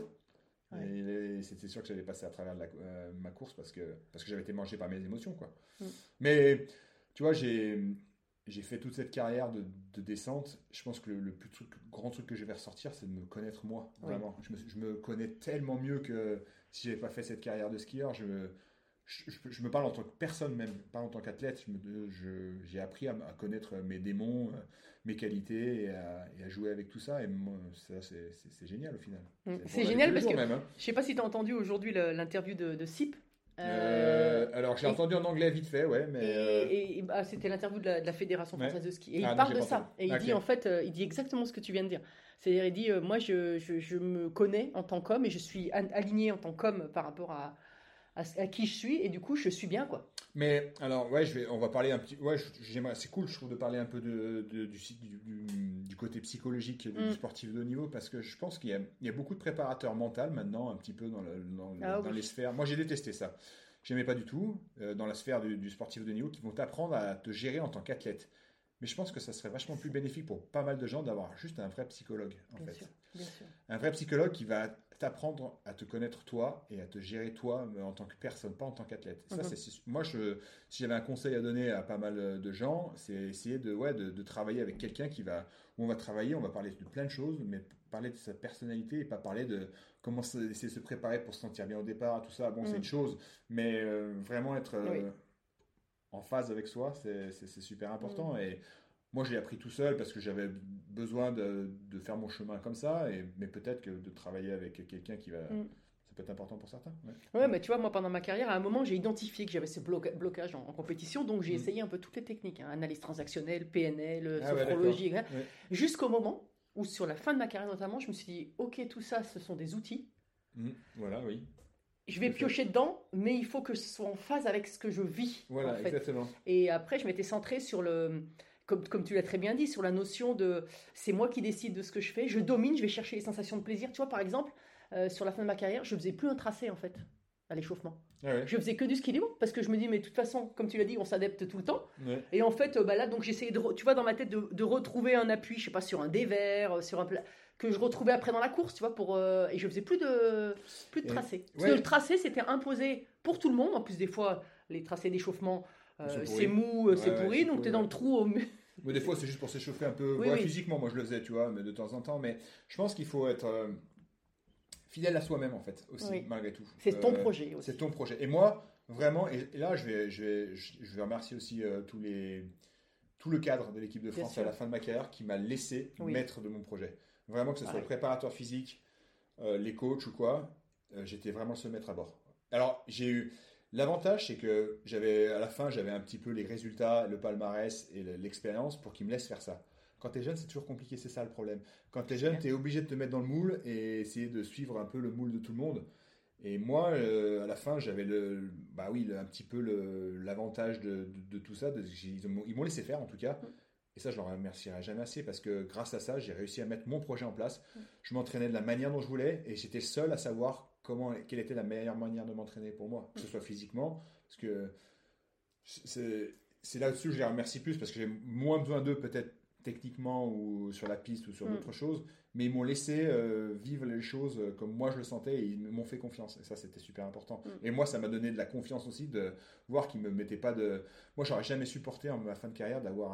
Et c'était sûr que j'allais passer à travers ma course parce que j'avais été mangé par mes émotions, quoi. Mais tu vois, j'ai fait toute cette carrière de descente. Je pense que le grand truc que je vais ressortir, c'est de me connaître moi, vraiment. Je me connais tellement mieux que si j'avais pas fait cette carrière de skieur. Je me parle en tant que personne même, pas en tant qu'athlète. J'ai appris à connaître mes démons, mes qualités et à jouer avec tout ça. Et moi, ça, c'est génial au final. C'est génial parce que je sais pas si tu as entendu aujourd'hui l'interview de Sip. Alors j'ai entendu en anglais vite fait, mais c'était l'interview de la Fédération française de ski et il parle de ça et il dit en fait, il dit exactement ce que tu viens de dire. C'est-à-dire il dit moi je me connais en tant qu'homme et je suis aligné en tant qu'homme par rapport à qui je suis, et du coup, je suis bien, quoi. Mais alors, ouais, on va parler un petit. Ouais, c'est cool, je trouve, de parler un peu du côté psychologique du sportif de haut niveau, parce que je pense qu'il y a beaucoup de préparateurs mentaux maintenant, un petit peu dans les sphères. Moi, j'ai détesté ça. J'aimais pas du tout dans la sphère du sportif de haut niveau qui vont t'apprendre à te gérer en tant qu'athlète. Mais je pense que ça serait vachement plus bénéfique pour pas mal de gens d'avoir juste un vrai psychologue, en fait. Bien sûr. Un vrai psychologue qui va t'apprendre à te connaître toi et à te gérer toi en tant que personne, pas en tant qu'athlète. Ça, moi, si j'avais un conseil à donner à pas mal de gens, c'est essayer de travailler avec quelqu'un où on va travailler, on va parler de plein de choses, mais parler de sa personnalité et pas parler de comment essayer de se préparer pour se sentir bien au départ, tout ça. Bon, c'est une chose, mais vraiment être en phase avec soi, c'est super important. Et moi, je l'ai appris tout seul parce que j'avais besoin de faire mon chemin comme ça, mais peut-être que de travailler avec quelqu'un ça peut être important pour certains. Ouais, mais tu vois, moi, pendant ma carrière, à un moment, j'ai identifié que j'avais ce blocage en compétition, donc j'ai essayé un peu toutes les techniques, analyse transactionnelle, PNL, sophrologie, jusqu'au moment où, sur la fin de ma carrière notamment, je me suis dit, ok, tout ça, ce sont des outils. Voilà, oui. Je vais piocher dedans, mais il faut que ce soit en phase avec ce que je vis. Voilà, en fait. Exactement. Et après, je m'étais centrée sur comme tu l'as très bien dit, sur la notion de c'est moi qui décide de ce que je fais, je domine, je vais chercher les sensations de plaisir. Tu vois, par exemple, sur la fin de ma carrière, je faisais plus un tracé en fait, à l'échauffement. Je faisais que du ski libre parce que je me dis, mais de toute façon, comme tu l'as dit, on s'adapte tout le temps. Et en fait, là, donc j'essayais tu vois, dans ma tête, de retrouver un appui, je sais pas, sur un dévers, sur un plat, que je retrouvais après dans la course, tu vois, et je faisais plus de tracé. Parce que le tracé, c'était imposé pour tout le monde. En plus, des fois, les tracés d'échauffement, c'est mou, c'est pourri, donc tu es dans le trou. Mais des fois, c'est juste pour s'échauffer un peu. Physiquement, moi, je le faisais, tu vois, mais de temps en temps. Mais je pense qu'il faut être fidèle à soi-même, en fait, aussi, malgré tout. C'est ton projet aussi. C'est ton projet. Et moi, vraiment, et là, je vais remercier aussi tout le cadre de l'équipe de France à la fin de ma carrière qui m'a laissé maître de mon projet. Vraiment, que ce soit le préparateur physique, les coachs ou quoi, j'étais vraiment le seul maître à bord. Alors, j'ai eu... L'avantage, c'est que à la fin, j'avais un petit peu les résultats, le palmarès et l'expérience pour qu'ils me laissent faire ça. Quand tu es jeune, c'est toujours compliqué, c'est ça le problème. Quand tu es jeune, tu es obligé de te mettre dans le moule et essayer de suivre un peu le moule de tout le monde. Et moi, à la fin, j'avais un petit peu l'avantage de tout ça. Ils m'ont laissé faire en tout cas. Et ça, je leur remercierai jamais assez parce que grâce à ça, j'ai réussi à mettre mon projet en place. Je m'entraînais de la manière dont je voulais et j'étais seul à savoir quelle était la meilleure manière de m'entraîner pour moi, que ce soit physiquement, parce que c'est là-dessus que je les remercie plus parce que j'ai moins besoin d'eux peut-être techniquement ou sur la piste ou sur d'autres choses, mais ils m'ont laissé vivre les choses comme moi je le sentais et ils m'ont fait confiance et ça c'était super important. Et moi ça m'a donné de la confiance aussi de voir qu'ils me mettaient pas de... Moi j'aurais jamais supporté en ma fin de carrière d'avoir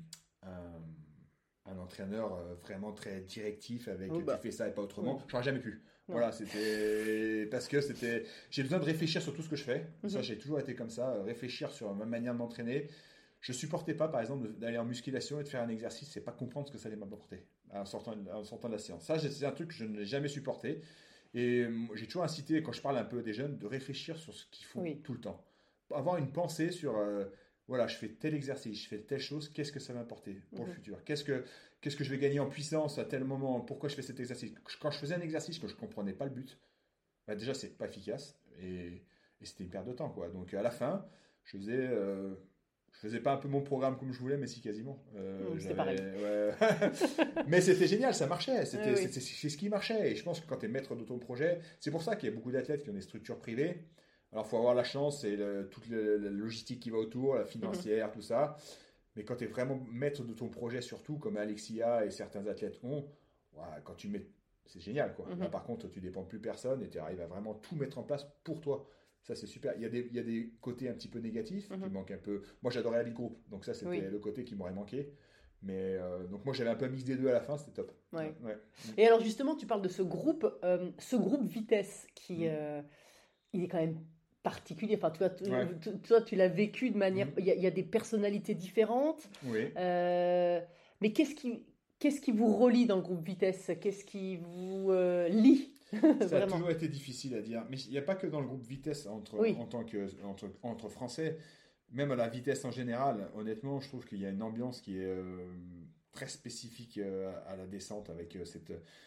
un entraîneur vraiment très directif avec tu fais ça et pas autrement, j'aurais jamais pu. Voilà, c'était parce que j'ai besoin de réfléchir sur tout ce que je fais. Ça, j'ai toujours été comme ça, réfléchir sur ma manière de m'entraîner. Je supportais pas, par exemple, d'aller en musculation et de faire un exercice et pas comprendre ce que ça allait m'apporter en sortant de la séance. Ça, c'est un truc que je n'ai jamais supporté. Et j'ai toujours incité, quand je parle un peu des jeunes, de réfléchir sur ce qu'ils font tout le temps. Avoir une pensée sur voilà, je fais tel exercice, je fais telle chose, qu'est-ce que ça va m'apporter pour le futur ? Qu'est-ce que je vais gagner en puissance à tel moment ? Pourquoi je fais cet exercice ? Quand je faisais un exercice que je ne comprenais pas le but, déjà, c'est pas efficace et c'était une perte de temps, quoi. Donc, à la fin, je faisais pas un peu mon programme comme je voulais, mais si, quasiment. C'est pareil. Mais c'était génial, ça marchait. C'est ce qui marchait. Et je pense que quand tu es maître de ton projet, c'est pour ça qu'il y a beaucoup d'athlètes qui ont des structures privées. Alors, il faut avoir la chance et toute la logistique qui va autour, la financière, tout ça. Mais quand tu es vraiment maître de ton projet, surtout comme Alexia et certains athlètes ont, quand tu mets, c'est génial, quoi. Là, par contre, tu ne dépends plus personne et tu arrives à vraiment tout mettre en place pour toi. Ça, c'est super. Il y a des côtés un petit peu négatifs qui manquent un peu. Moi, j'adorais la League Group, donc ça, c'était le côté qui m'aurait manqué. Mais donc moi, j'avais un peu un mix des deux à la fin, c'était top. Ouais. Et alors, justement, tu parles de ce groupe vitesse qui il est quand même particulier. Enfin, toi, tu l'as vécu de manière... Il y a des personnalités différentes. Mais qu'est-ce qui vous relie dans le groupe vitesse ? Qu'est-ce qui vous lie ? Ça a toujours été difficile à dire. Mais il n'y a pas que dans le groupe vitesse entre Français. Même à la vitesse en général, honnêtement, je trouve qu'il y a une ambiance qui est très spécifique à la descente avec cette...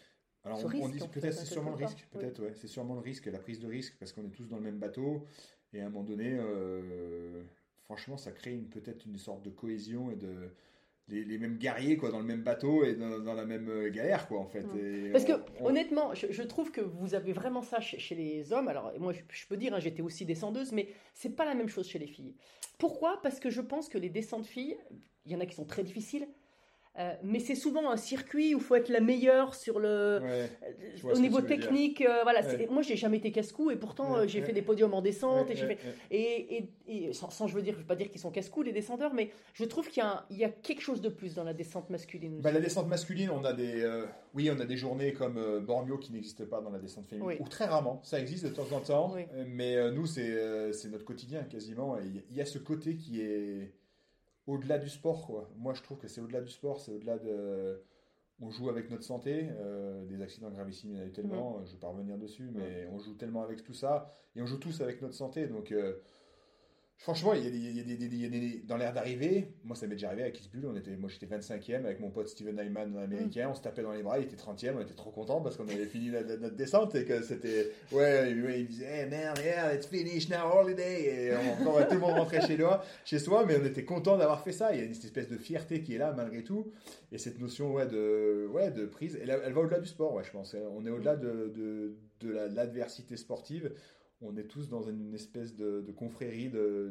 Alors, Ce on risque, dit en peut-être fait, c'est sûrement le quelque part. risque, peut-être, ouais, c'est sûrement le risque, la prise de risque, parce qu'on est tous dans le même bateau, et à un moment donné, franchement, ça crée peut-être une sorte de cohésion et les mêmes guerriers, quoi, dans le même bateau et dans la même galère, quoi, en fait. Mm. Et Parce que, honnêtement, je trouve que vous avez vraiment ça chez les hommes. Alors, moi, je peux dire, hein, j'étais aussi descendeuse, mais c'est pas la même chose chez les filles. Pourquoi? Parce que je pense que les descentes filles, il y en a qui sont très difficiles, mais c'est souvent un circuit où il faut être la meilleure sur ouais, je vois au ce que niveau tu veux dire. technique. Voilà, Ouais, moi, j'ai jamais été casse-cou et pourtant, ouais, j'ai fait ouais, des podiums en descente. ouais, Et, j'ai ouais, fait, ouais. et sans, je veux pas dire qu'ils sont casse-cou, les descendeurs, mais je trouve il y a quelque chose de plus dans la descente masculine Bah, aussi. la descente masculine, oui, on a des journées comme Bormio qui n'existent pas dans la descente féminine, Oui. ou très rarement, ça existe de temps en temps, Oui. mais nous, c'est notre quotidien quasiment. Et il y a ce côté qui est au-delà du sport, quoi. Moi, je trouve que c'est au-delà du sport, c'est au-delà de. On joue avec notre santé, des accidents gravissimes, il y en a eu tellement, je ne vais pas revenir dessus, mais on joue tellement avec tout ça, et on joue tous avec notre santé, donc franchement, dans l'air d'arrivée, moi ça m'est déjà arrivé avec Kitzbühel, moi j'étais 25e avec mon pote Steven Hyman, américain, on se tapait dans les bras, il était 30e, on était trop contents parce qu'on avait fini notre descente et que c'était, il disait, hey man, yeah, let's finish now, holiday, et tout le monde rentrait chez soi, mais on était content d'avoir fait ça, il y a une espèce de fierté qui est là malgré tout, et cette notion de prise, elle va au-delà du sport, ouais, je pense, on est au-delà de l'adversité sportive. On est tous dans une espèce de confrérie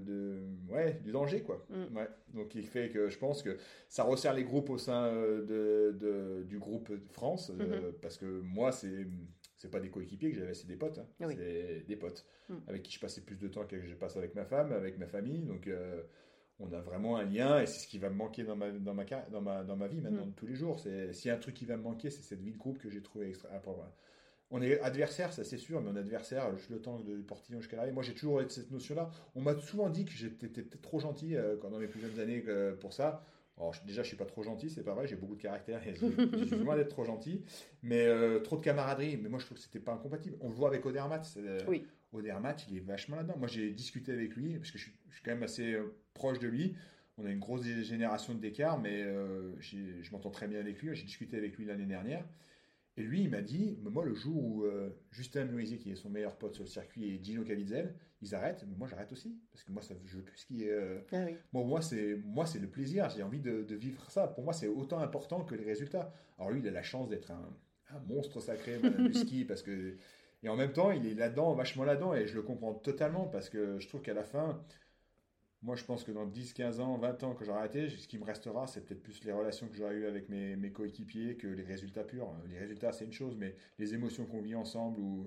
du danger, quoi. Mm. Ouais. Donc, il fait que je pense que ça resserre les groupes au sein du groupe France, parce que moi, c'est pas des coéquipiers que j'avais, c'est des potes. Hein. Oui. C'est des potes Mm. avec qui je passais plus de temps que je passe avec ma femme, avec ma famille. Donc, on a vraiment un lien et c'est ce qui va me manquer dans ma vie maintenant, de tous les jours. S'il y a un truc qui va me manquer, c'est cette vie de groupe que j'ai trouvé extra important. On est adversaire, ça c'est sûr, mais on est adversaire juste le temps de Portillon jusqu'à l'arrivée. Moi j'ai toujours eu cette notion-là. On m'a souvent dit que j'étais peut-être trop gentil dans mes plus jeunes années pour ça. Alors, déjà, je suis pas trop gentil, c'est pas vrai, j'ai beaucoup de caractère et je suis loin d'être trop gentil, mais trop de camaraderie. Mais moi je trouve que c'était pas incompatible. On le voit avec Odermatt. Oui. Odermatt, il est vachement là-dedans. Moi j'ai discuté avec lui parce que je suis quand même assez proche de lui. On a une grosse génération d'écart, mais je m'entends très bien avec lui. J'ai discuté avec lui l'année dernière. Et lui, il m'a dit, moi, le jour où Justin Noisier, qui est son meilleur pote sur le circuit, et Gino Caviezel, ils arrêtent, mais moi, j'arrête aussi. Parce que moi, je veux plus ce qui est. Ah oui. Moi, c'est le plaisir. J'ai envie de vivre ça. Pour moi, c'est autant important que les résultats. Alors, lui, il a la chance d'être un monstre sacré du ski, parce que. Et en même temps, il est là-dedans, vachement là-dedans, et je le comprends totalement, parce que je trouve qu'à la fin. Moi, je pense que dans 10, 15 ans, 20 ans que j'aurai arrêté, ce qui me restera, c'est peut-être plus les relations que j'aurai eues avec mes coéquipiers que les résultats purs. Les résultats, c'est une chose, mais les émotions qu'on vit ensemble ou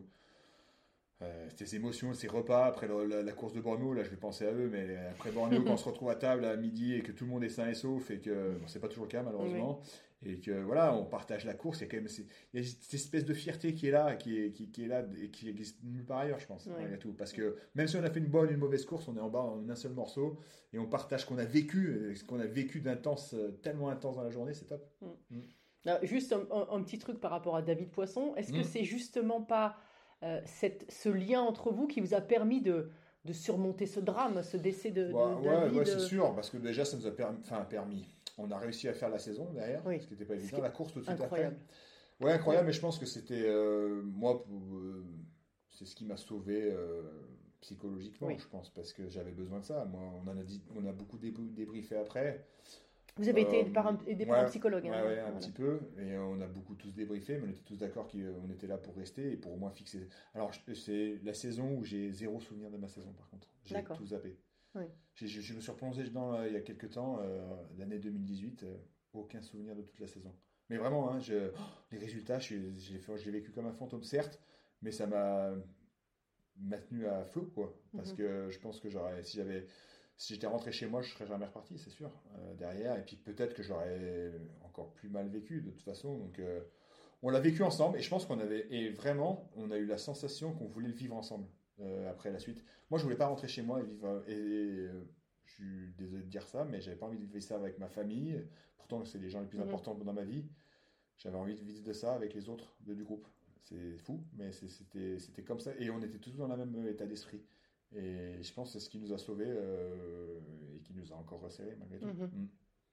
ces émotions, ces repas après la course de Bordeaux, là, je vais penser à eux, mais après Bordeaux, quand on se retrouve à table à midi et que tout le monde est sain et sauf et que bon, c'est pas toujours le cas malheureusement, et que voilà, on partage la course, il y a quand même il y a cette espèce de fierté qui est là, qui est là et qui existe nulle part ailleurs, je pense, malgré tout. Parce que même si on a fait une bonne, une mauvaise course, on est en bas en un seul morceau et on partage ce qu'on a vécu d'intense, tellement intense dans la journée, c'est top. Alors, juste un petit truc par rapport à David Poisson. Est-ce que c'est justement pas ce lien entre vous qui vous a permis de surmonter ce drame, ce décès de David? Ouais, c'est sûr, parce que déjà, ça nous a permis. On a réussi à faire la saison derrière, ce qui n'était pas évident. La course tout de suite incroyable. après. Ouais, incroyable, mais je pense que c'était, moi, c'est ce qui m'a sauvé psychologiquement, je pense, parce que j'avais besoin de ça. Moi, on a beaucoup débriefé après. Vous avez été aidé par un psychologue. Ouais, hein, un voilà. petit peu. Et on a beaucoup tous débriefé, mais on était tous d'accord qu'on était là pour rester et pour au moins fixer. Alors, c'est la saison où j'ai zéro souvenir de ma saison, par contre. J'ai tout zappé. Oui. Je me suis replongé dedans il y a quelques temps, l'année 2018, aucun souvenir de toute la saison. Mais vraiment, hein, les résultats, j'ai vécu comme un fantôme, certes, mais ça m'a maintenu à flot, quoi. Parce que je pense que si j'étais rentré chez moi, je serais jamais reparti, c'est sûr, derrière. Et puis peut-être que j'aurais encore plus mal vécu de toute façon. Donc on l'a vécu ensemble et je pense vraiment, on a eu la sensation qu'on voulait le vivre ensemble après la suite. Moi, je voulais pas rentrer chez moi et vivre. Je suis désolé de dire ça, mais j'avais pas envie de vivre ça avec ma famille. Pourtant, c'est les gens les plus importants dans ma vie. J'avais envie de vivre ça avec les autres du groupe. C'est fou, mais c'était comme ça. Et on était tous dans le même état d'esprit. Et je pense que c'est ce qui nous a sauvés et qui nous a encore resserrés malgré tout.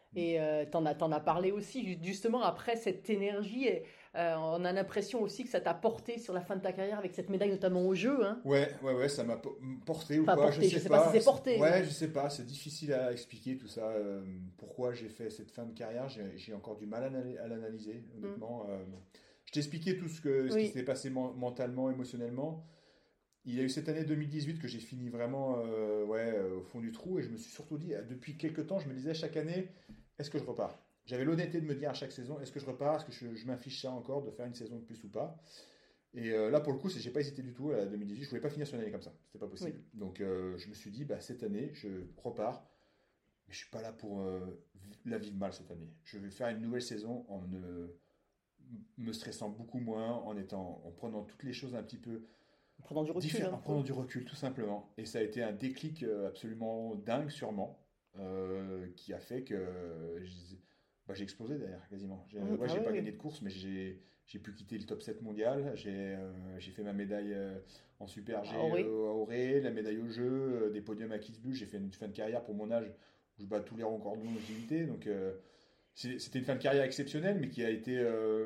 Et t'en as parlé aussi, justement, après cette énergie. Et, on a l'impression aussi que ça t'a porté sur la fin de ta carrière avec cette médaille, notamment au jeu. Hein. Ouais, ça m'a porté ou Enfin, pas, porté, je sais pas si c'est porté. Ouais, Mais... je sais pas, c'est difficile à expliquer tout ça. Pourquoi j'ai fait cette fin de carrière, j'ai encore du mal à l'analyser, honnêtement. Je t'ai expliqué tout ce qui Oui, s'était passé mentalement, émotionnellement. Il y a eu cette année 2018 que j'ai fini vraiment au fond du trou et je me suis surtout dit, depuis quelques temps, je me disais chaque année, est-ce que je repars? J'avais l'honnêteté de me dire à chaque saison, est-ce que je repars? Est-ce que je m'affiche ça encore de faire une saison de plus ou pas? Et là, pour le coup, j'ai pas hésité du tout à 2018. Je voulais pas finir sur une année comme ça. C'était pas possible. oui. Donc, je me suis dit, cette année, je repars. Mais je suis pas là pour la vivre mal cette année. Je vais faire une nouvelle saison en me stressant beaucoup moins, en prenant toutes les choses un petit peu En prenant du recul. en prenant du recul, tout simplement. Et ça a été un déclic absolument dingue, sûrement, qui a fait que j'ai explosé derrière, quasiment. J'ai pas Oui. gagné de course, mais j'ai pu quitter le top 7 mondial. J'ai fait ma médaille en Super G À Auray. à Auray, la médaille au jeu, des podiums à Kitzbühel. J'ai fait une fin de carrière pour mon âge où je bats tous les records de longévité. Donc, c'était une fin de carrière exceptionnelle, mais qui a été,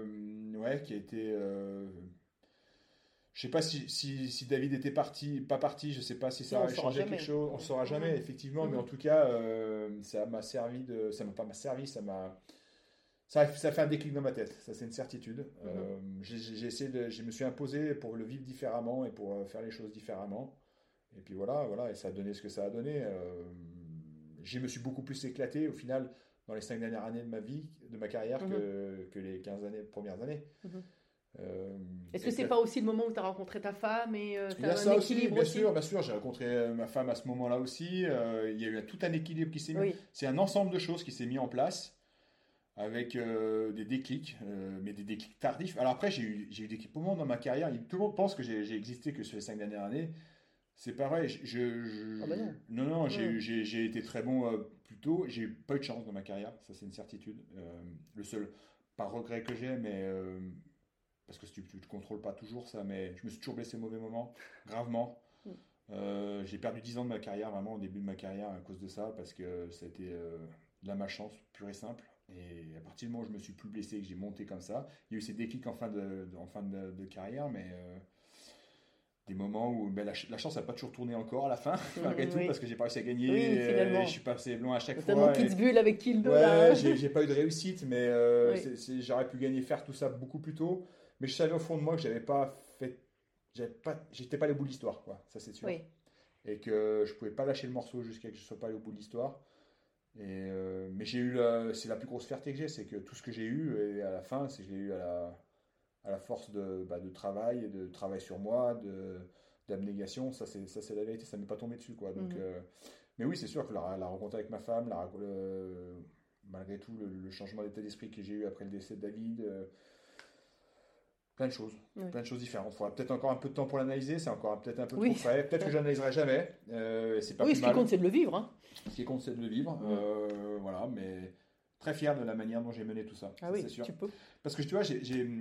je sais pas si David était pas parti, je sais pas si ça Non, on aurait saura changé jamais. quelque chose, on saura jamais effectivement, mais en tout cas, ça m'a pas servi, ça fait un déclic dans ma tête, ça c'est une certitude. Je me suis imposé pour le vivre différemment et pour faire les choses différemment. Et puis voilà, et ça a donné ce que ça a donné. Je me suis beaucoup plus éclaté au final dans les 5 dernières années de ma vie, de ma carrière, que les 15 premières années. Mhm. Est-ce Et que c'est pas aussi le moment où tu as rencontré ta femme et il tu y a as un ça aussi, équilibre bien aussi? sûr, j'ai rencontré ma femme à ce moment-là aussi. Il y a eu tout un équilibre qui s'est mis. Oui, C'est un ensemble de choses qui s'est mis en place avec des déclics, mais des déclics tardifs. Alors après, j'ai eu des moments dans ma carrière. Tout le monde pense que j'ai existé que sur les 5 dernières années. C'est pareil. ah bah non. Non, Mm. j'ai été très bon plus tôt. J'ai pas eu de chance dans ma carrière, ça c'est une certitude. Le seul, pas regret que j'ai, mais parce que tu ne contrôles pas toujours ça, mais je me suis toujours blessé au mauvais moment, gravement. Mm. J'ai perdu 10 ans de ma carrière, vraiment au début de ma carrière à cause de ça, parce que ça a été de la malchance pure et simple. Et à partir du moment où je me suis plus blessé et que j'ai monté comme ça, il y a eu ces déclics en fin de carrière, mais des moments où la chance n'a pas toujours tourné encore à la fin, malgré tout, Oui. parce que j'ai pas réussi à gagner, Oui, et finalement. je suis passé blanc à chaque Notamment fois. Kitzbühel avec Kildo Ouais, là. j'ai pas eu de réussite, mais Oui. j'aurais pu gagner, faire tout ça beaucoup plus tôt. Mais je savais au fond de moi que j'étais pas allé au bout de l'histoire, quoi. Ça c'est sûr. Oui. Et que je pouvais pas lâcher le morceau jusqu'à ce que je sois pas allé au bout de l'histoire. Mais c'est la plus grosse fierté que j'ai, c'est que tout ce que j'ai eu, et à la fin, c'est que je l'ai eu à la force de travail et de travail sur moi, d'abnégation. Ça c'est la vérité, ça m'est pas tombé dessus, quoi. Donc, Mhm. mais oui, c'est sûr que la rencontre avec ma femme, malgré tout, le changement d'état d'esprit que j'ai eu après le décès de David, plein de choses, Oui. plein de choses différentes. Il faudra peut-être encore un peu de temps pour l'analyser, c'est encore peut-être un peu trop Oui. frais. Peut-être que je l'analyserai jamais, et c'est pas Oui, plus ce qui mal. compte, c'est de le vivre. Hein. Ce qui compte, c'est de le vivre. Voilà, mais très fier de la manière dont j'ai mené tout ça, Ah ça oui, c'est sûr. tu peux. Parce que tu vois,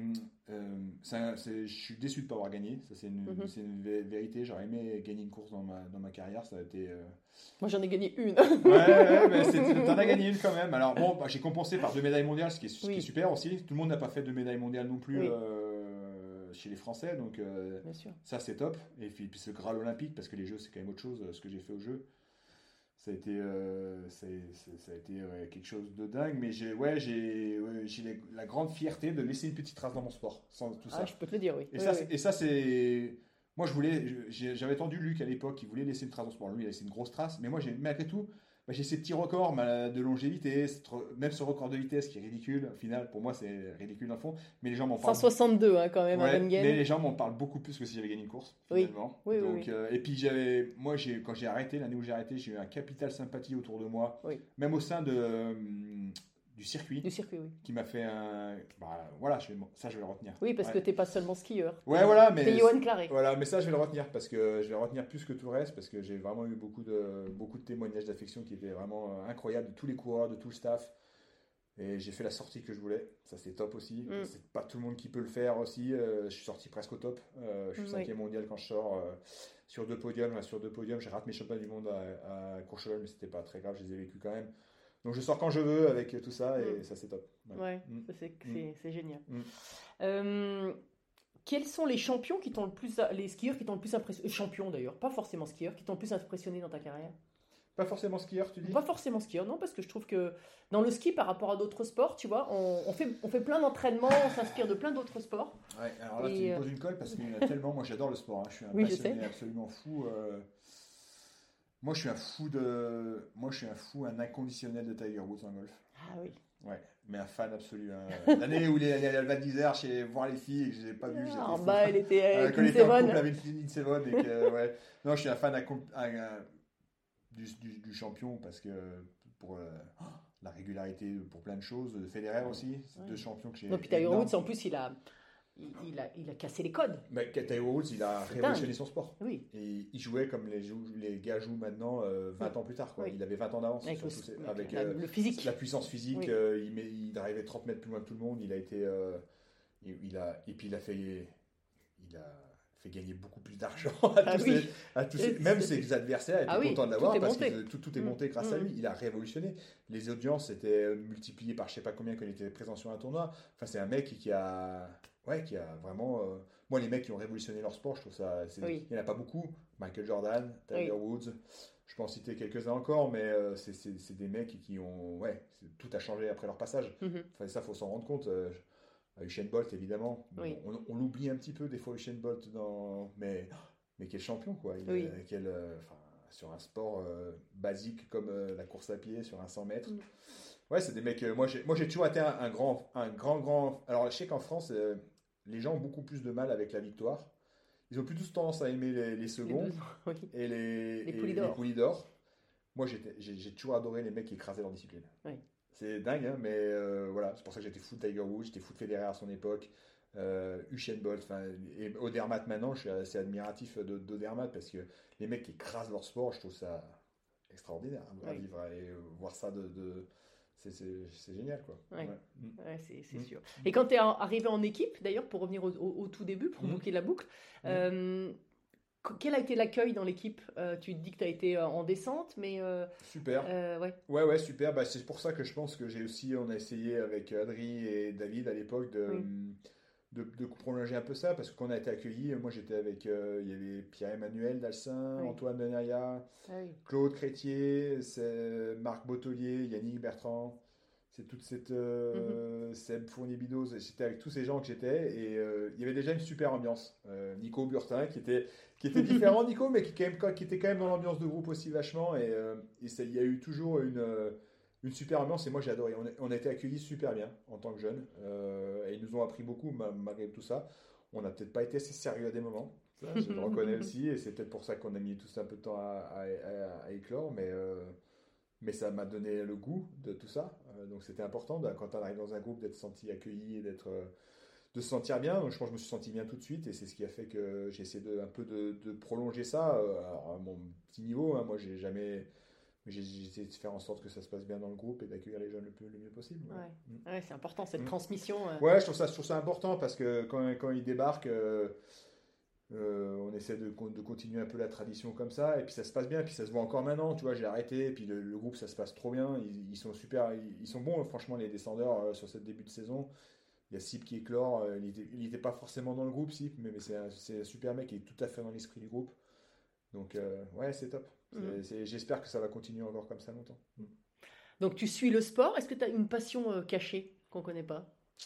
je suis déçu de ne pas avoir gagné. Ça, Mhm. c'est une vérité. J'aurais aimé gagner une course dans ma carrière. Ça a été. Moi, j'en ai gagné une. Ouais, mais t'en as gagné une quand même. Alors bon, j'ai compensé par 2 médailles mondiales, ce qui est Oui. super aussi. Tout le monde n'a pas fait 2 médailles mondiales non plus Oui. chez les Français. Donc Bien sûr. ça, c'est top. Et puis ce Graal olympique, parce que les Jeux, c'est quand même autre chose, ce que j'ai fait aux Jeux. Ça a été, quelque chose de dingue, mais j'ai la grande fierté de laisser une petite trace dans mon sport, sans tout ça. Ah, je peux te le dire, oui. Et Oui, ça, oui. c'est. Moi, j'avais entendu Luc à l'époque qui voulait laisser une trace dans le sport. Lui, il a laissé une grosse trace, mais moi, malgré tout, j'ai ces petits records de longévité, même ce record de vitesse qui est ridicule. Au final, pour moi, c'est ridicule dans le fond, mais les gens m'en parlent. 162 hein, quand même, à Ouais, Wengen. mais les gens m'en parlent beaucoup plus que si j'avais gagné une course, Oui. finalement. Oui, oui, Donc, oui. et puis quand j'ai arrêté, l'année où j'ai arrêté, j'ai eu un capital sympathie autour de moi, Oui. même au sein du circuit, Du circuit, oui. qui m'a fait un. Voilà, ça je vais le retenir. Oui, parce Ouais. que t'es pas seulement skieur. Ouais, voilà, mais. T'es Johan Claret. Voilà, mais ça je vais le retenir parce que je vais le retenir plus que tout le reste parce que j'ai vraiment eu beaucoup de témoignages d'affection qui étaient vraiment incroyables de tous les coureurs, de tout le staff. Et j'ai fait la sortie que je voulais. Ça, c'est top aussi. C'est pas tout le monde qui peut le faire aussi. Je suis sorti presque au top. Je suis 5e mondial quand je sors sur 2 podiums. Sur 2 podiums, j'ai raté mes championnats du monde à Courchevel, mais c'était pas très grave. Je les ai vécus quand même. Donc je sors quand je veux avec tout ça et ça c'est top. Ouais, Mm. ça, c'est génial. Mm. Quels sont les champions qui t'ont le plus, les skieurs qui t'ont le plus impressionné, champions d'ailleurs, pas forcément skieurs, qui t'ont le plus impressionné dans ta carrière? Pas forcément skieur, tu dis? Pas forcément skieur, non, parce que je trouve que dans le ski, par rapport à d'autres sports, tu vois, on fait plein d'entraînements, on s'inspire de plein d'autres sports. Ouais, alors là tu me poses une colle parce qu'il y en a tellement. Moi j'adore le sport, hein. Je suis un Oui, je passionné sais. absolument fou. Moi je suis un fou, un inconditionnel de Tiger Woods en golf. Ah oui. Ouais, mais un fan absolu, hein. L'année où il est allé à Val d'Isère chez voir les filles et que je les ai pas vues, j'étais En fou. bas, il était avec Quand il une était en couple Sevon. avec Lynn Sevon et que, ouais. Non, je suis un fan du champion parce que pour la régularité, pour plein de choses, de Federer aussi, c'est Ouais. deux champions que j'ai. Non, puis Tiger énormes. Woods, en plus, il a cassé les codes. Mais Tiger Woods, il a C'est révolutionné dingue. son sport. Oui. Et il jouait comme les gars jouent maintenant 20 ans plus tard. Quoi. Oui. Il avait 20 ans d'avance. Avec, sur tous avec le physique. la puissance physique, Oui. il drivait 30 mètres plus loin que tout le monde. Il a été, et puis il a fait gagner beaucoup plus d'argent Ah oui. même ses adversaires étaient Ah oui, contents de tout l'avoir est parce monté. que tout est monté grâce à Mhm. lui. Il a révolutionné. Les audiences étaient multipliées par je sais pas combien quand il était présent sur un tournoi. Enfin, c'est un mec qui a vraiment. Moi, les mecs qui ont révolutionné leur sport, je trouve ça. Oui. Il n'y en a pas beaucoup. Michael Jordan, Tiger Oui. Woods. Je peux en citer quelques-uns encore, mais c'est des mecs qui ont. Ouais, tout a changé après leur passage. Mhm. Enfin, ça, faut s'en rendre compte. Usain Bolt, évidemment. Bon, Oui. on l'oublie un petit peu des fois, Usain Bolt, mais quel champion, quoi. Oui. Enfin, sur un sport basique comme la course à pied, sur un 100 mètres. Mm. Ouais, c'est des mecs. Moi, j'ai toujours été un grand. Alors, je sais qu'en France, les gens ont beaucoup plus de mal avec la victoire. Ils ont plutôt tendance à aimer les Les secondes deux, oui. et les poulies d'or. poulies d'or. Moi, j'ai toujours adoré les mecs qui écrasaient leur discipline. Oui. C'est dingue, hein, mais voilà, c'est pour ça que j'étais fou de Tiger Woods, j'étais fou de Federer à son époque, Usain Bolt, et Odermatt maintenant, je suis assez admiratif d'Odermatt parce que les mecs qui écrasent leur sport, je trouve ça extraordinaire à Oui. vivre et voir ça c'est génial, quoi. Ouais. Ouais. Mm. Ouais, c'est Mm. sûr. Et quand tu es arrivé en équipe, d'ailleurs, pour revenir au tout début, pour Mhm. boucler la boucle, Mhm. quel a été l'accueil dans l'équipe? Tu te dis que tu as été en descente, mais Super. ouais. Ouais, super. Bah, c'est pour ça que je pense que on a essayé avec Adri et David à l'époque Oui. de prolonger un peu ça, parce que quand on a été accueillis, moi j'étais avec, il y avait Pierre-Emmanuel Dalsin, Oui. Antoine Benaya, Ah oui. Claude Crétier, c'est Marc Bottelier, Yannick Bertrand, c'est toute cette Seb Fournier-Bidos, j'étais avec tous ces gens que j'étais, et il y avait déjà une super ambiance. Nico Burtin qui était différent, Nico, mais qui était quand même dans l'ambiance de groupe aussi vachement, et il y a eu toujours une super ambiance, et moi j'ai adoré. On a été accueillis super bien en tant que jeunes, et ils nous ont appris beaucoup malgré tout ça. On n'a peut-être pas été assez sérieux à des moments, ça, je le reconnais aussi, et c'est peut-être pour ça qu'on a mis tous un peu de temps à éclore, mais ça m'a donné le goût de tout ça. Donc c'était important, quand on arrive dans un groupe, d'être senti accueilli et de se sentir bien. Donc je pense que je me suis senti bien tout de suite, et c'est ce qui a fait que j'ai essayé un peu de prolonger ça. Alors, à mon petit niveau, hein, moi j'ai essayé de faire en sorte que ça se passe bien dans le groupe et d'accueillir les jeunes le mieux possible. Ouais. Ouais. Ouais, c'est important, cette Mm. transmission. Ouais, je trouve ça important parce que quand ils débarquent, on essaie de continuer un peu la tradition comme ça, et puis ça se passe bien, et puis ça se voit encore maintenant, tu vois, j'ai arrêté, et puis le groupe, ça se passe trop bien, ils sont super, ils sont bons, franchement, les descendeurs sur cette début de saison. Il y a Sip qui éclore, il n'était pas forcément dans le groupe, Sip, mais c'est un super mec, il est tout à fait dans l'esprit du groupe. Donc, ouais, c'est top. J'espère que ça va continuer encore comme ça longtemps. Donc tu suis le sport. Est-ce que tu as une passion cachée qu'on ne connaît pas?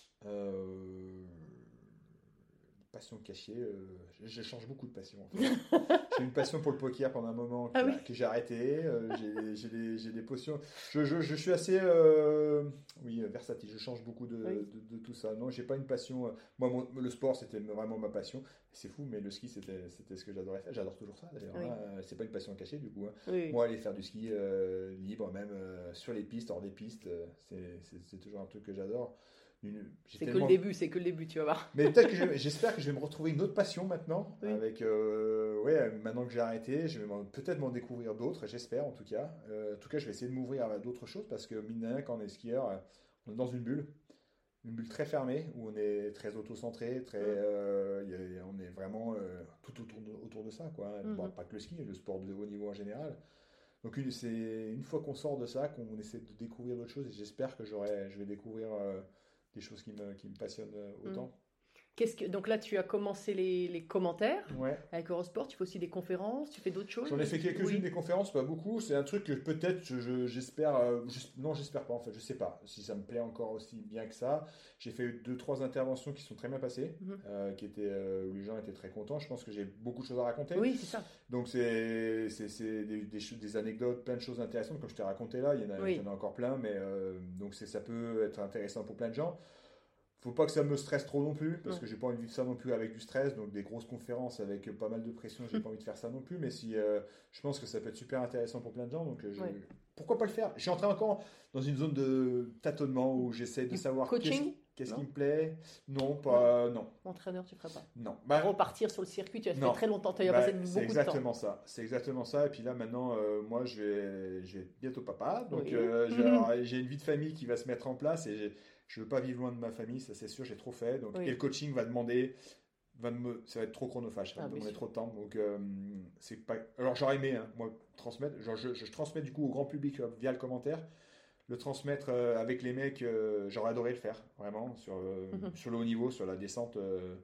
Passion cachée, je change beaucoup de passion en fait. J'ai une passion pour le poker pendant un moment que j'ai arrêté. J'ai des potions. Je suis assez versatile. Je change beaucoup de tout ça. Non, j'ai pas une passion. Moi, le sport, c'était vraiment ma passion. C'est fou, mais le ski, c'était ce que j'adorais faire. J'adore toujours ça d'ailleurs. Oui. Hein. C'est pas une passion cachée du coup. Hein. Oui. Moi, aller faire du ski libre, même sur les pistes, hors des pistes, c'est toujours un truc que j'adore. C'est que le début, tu vas voir. Mais peut-être que j'espère que je vais me retrouver une autre passion maintenant. Oui. Avec, maintenant que j'ai arrêté, je vais peut-être m'en découvrir d'autres, j'espère en tout cas. En tout cas, je vais essayer de m'ouvrir à d'autres choses parce que mine de rien, quand on est skieur, on est dans une bulle très fermée où on est très auto-centré, on est vraiment tout autour de ça, quoi. Bon, pas que le ski, le sport de haut niveau en général. Donc c'est une fois qu'on sort de ça, qu'on essaie de découvrir d'autres choses, et j'espère que je vais découvrir des choses qui me passionnent autant. Donc là, tu as commencé les commentaires Ouais. avec Eurosport. Tu fais aussi des conférences, tu fais d'autres choses? J'en ai fait quelques-unes Oui. des conférences, pas beaucoup. C'est un truc que peut-être j'espère. Non, j'espère pas en fait. Je sais pas si ça me plaît encore aussi bien que ça. J'ai fait 2, 3 interventions qui sont très bien passées, Mhm. où les gens étaient très contents. Je pense que j'ai beaucoup de choses à raconter. Oui, c'est ça. Donc c'est des anecdotes, plein de choses intéressantes comme je t'ai raconté là. Oui. Il y en a encore plein, mais donc ça peut être intéressant pour plein de gens. Faut pas que ça me stresse trop non plus, parce Non. que j'ai pas envie de vivre ça non plus avec du stress, donc des grosses conférences avec pas mal de pression, j'ai pas envie de faire ça non plus, mais si je pense que ça peut être super intéressant pour plein de gens, donc Ouais. pourquoi pas le faire? Je suis entré encore dans une zone de tâtonnement où j'essaie de Du savoir coaching? qu'est-ce Non. qui me plaît. Non, pas non. Entraîneur, tu feras pas. Non. Bah, Repartir sur le circuit, tu as fait non. très longtemps, tu as bah, passé c'est beaucoup de temps. exactement ça. C'est exactement ça. Et puis là, maintenant, moi, je vais être bientôt papa. Donc, Oui. alors, j'ai une vie de famille qui va se mettre en place et je veux pas vivre loin de ma famille, ça c'est sûr, j'ai trop fait. Donc, Oui. et le coaching ça va être trop chronophage, ça va Ah, me bien demander sûr. trop de temps. Donc, c'est pas. Alors, j'aurais aimé, hein, moi, transmettre. Genre, je transmets du coup au grand public via le commentaire. Le transmettre avec les mecs, j'aurais adoré le faire, vraiment, sur le haut niveau, sur la descente.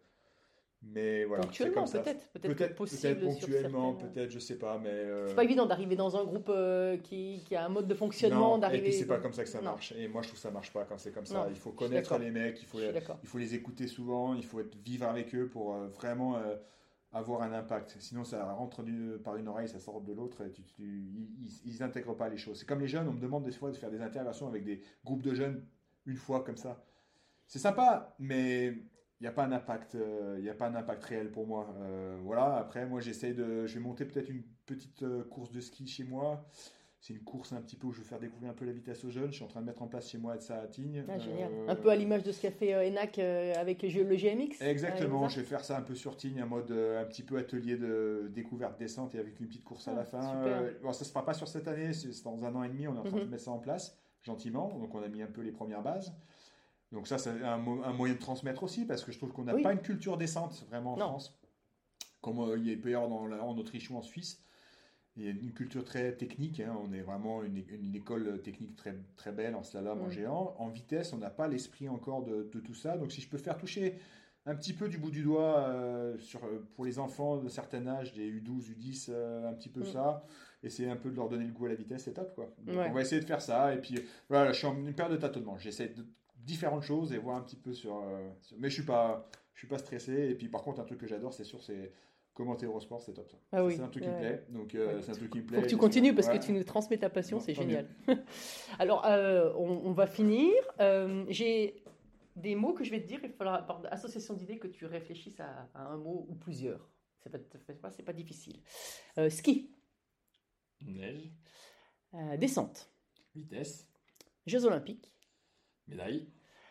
Mais voilà, c'est Ponctuellement, comme ça. peut-être que possible sur Ponctuellement, certaines. peut-être, je sais pas, mais C'est pas évident d'arriver dans un groupe qui a un mode de fonctionnement, non. Et d'arriver. puis c'est pas comme ça que ça Non. marche. Et moi, je trouve que ça marche pas quand c'est comme ça. Non, Il faut je suis connaître d'accord. les mecs, Je suis d'accord. il faut les écouter souvent, il faut vivre avec eux pour vraiment avoir un impact. Sinon, ça rentre par une oreille, ça sort de l'autre, et ils intègrent pas les choses. C'est comme les jeunes, on me demande des fois de faire des interventions avec des groupes de jeunes une fois comme ça. C'est sympa, mais il n'y a pas un impact, il y a pas un impact réel pour moi. Voilà. Après, moi, je vais monter peut-être une petite course de ski chez moi. C'est une course un petit peu où je veux faire découvrir un peu la vitesse aux jeunes. Je suis en train de mettre en place chez moi ça à Tignes. Ah, génial. Un peu à l'image de ce qu'a fait ENAC avec le GMX. Exactement, par je vais faire ça un peu sur Tignes, un mode un petit peu atelier de découverte descente et avec une petite course à la fin. super. Bon, ça se fera pas sur cette année, c'est dans 1 an et demi, on est en train de Mhm. mettre ça en place gentiment. Donc on a mis un peu les premières bases. Donc ça, c'est un moyen de transmettre aussi, parce que je trouve qu'on n'a Oui. pas une culture descente vraiment en Non. France, comme il peut y avoir en Autriche ou en Suisse. Il y a une culture très technique, hein. On est vraiment une école technique très, très belle en slalom, en géant. En vitesse, on n'a pas l'esprit encore de tout ça. Donc si je peux faire toucher un petit peu du bout du doigt pour les enfants de certain âge, des U12, U10, un petit peu ça, essayer un peu de leur donner le goût à la vitesse, c'est top, quoi. Donc, Ouais. on va essayer de faire ça. Et puis voilà, je suis en une période de tâtonnement. J'essaie de différentes choses et voir un petit peu mais je suis pas stressé. Et puis par contre, un truc que j'adore, c'est sûr, c'est commenter Eurosport, c'est top ça. Ah oui. C'est un truc qui me plaît. Donc c'est un truc qui me plaît. Faut que tu continues parce Ouais. que tu nous transmets ta passion, Bon, c'est tant génial. Alors, on va finir. J'ai des mots que je vais te dire. Il faudra, par association d'idées, que tu réfléchisses à un mot ou plusieurs. C'est pas difficile. Ski, Neige, descente, vitesse, Jeux Olympiques, médaille,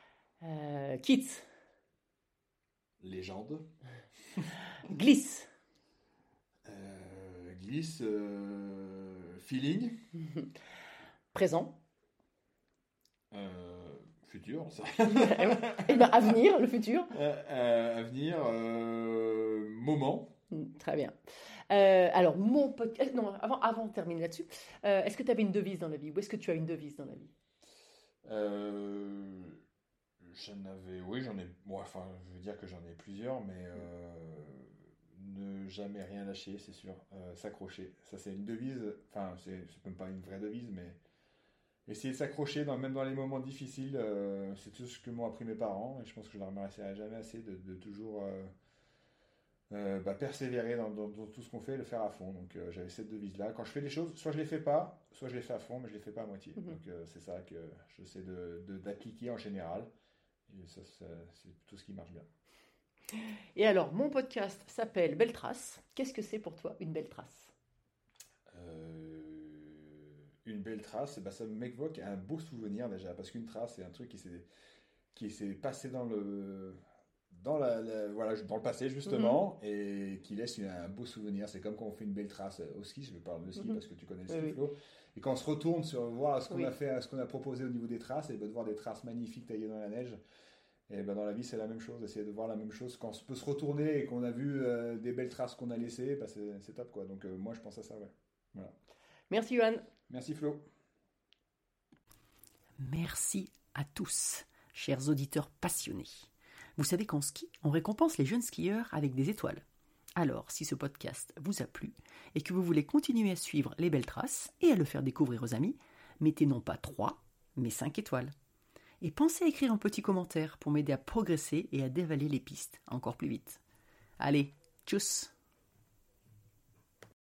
kids, légende, glisse, glisse, feeling, présent, futur, ça. et bien avenir, le futur. Avenir, moment. Très bien. Alors, mon podcast. Non, avant de terminer là-dessus, est-ce que tu avais une devise dans la vie ou est-ce que tu as une devise dans la vie? Oui, j'en ai. Bon, enfin, je veux dire que j'en ai plusieurs, mais ne jamais rien lâcher, c'est sûr. S'accrocher. Ça, c'est une devise. Enfin, c'est même pas une vraie devise, mais essayer de s'accrocher, même dans les moments difficiles. C'est tout ce que m'ont appris mes parents, et je pense que je ne leur remercierai jamais assez de toujours persévérer dans tout ce qu'on fait, le faire à fond. Donc j'avais cette devise-là. Quand je fais des choses, soit je les fais pas, soit je les fais à fond, mais je les fais pas à moitié. Donc c'est ça que j'essaie d'appliquer en général. Et ça, c'est tout ce qui marche bien. Et alors, mon podcast s'appelle Belle Trace. Qu'est-ce que c'est pour toi une belle trace? Une belle trace, ça m'évoque un beau souvenir déjà, parce qu'une trace, c'est un truc qui s'est passé dans le passé justement, et qui laisse un beau souvenir. C'est comme quand on fait une belle trace au ski. Je vais parler de ski parce que tu connais le ski, Oui. Flo. Et quand on se retourne sur voir ce qu'on Oui. a fait, ce qu'on a proposé au niveau des traces, et de voir des traces magnifiques taillées dans la neige. Et dans la vie, c'est la même chose. Essayer de voir la même chose quand on peut se retourner et qu'on a vu des belles traces qu'on a laissées, c'est top, quoi. Donc moi, je pense à ça, ouais. Voilà. Merci Johan. Merci Flo. Merci à tous, chers auditeurs passionnés. Vous savez qu'en ski, on récompense les jeunes skieurs avec des étoiles. Alors, si ce podcast vous a plu et que vous voulez continuer à suivre les belles traces et à le faire découvrir aux amis, mettez non pas 3, mais 5 étoiles. Et pensez à écrire un petit commentaire pour m'aider à progresser et à dévaler les pistes encore plus vite. Allez, tchuss!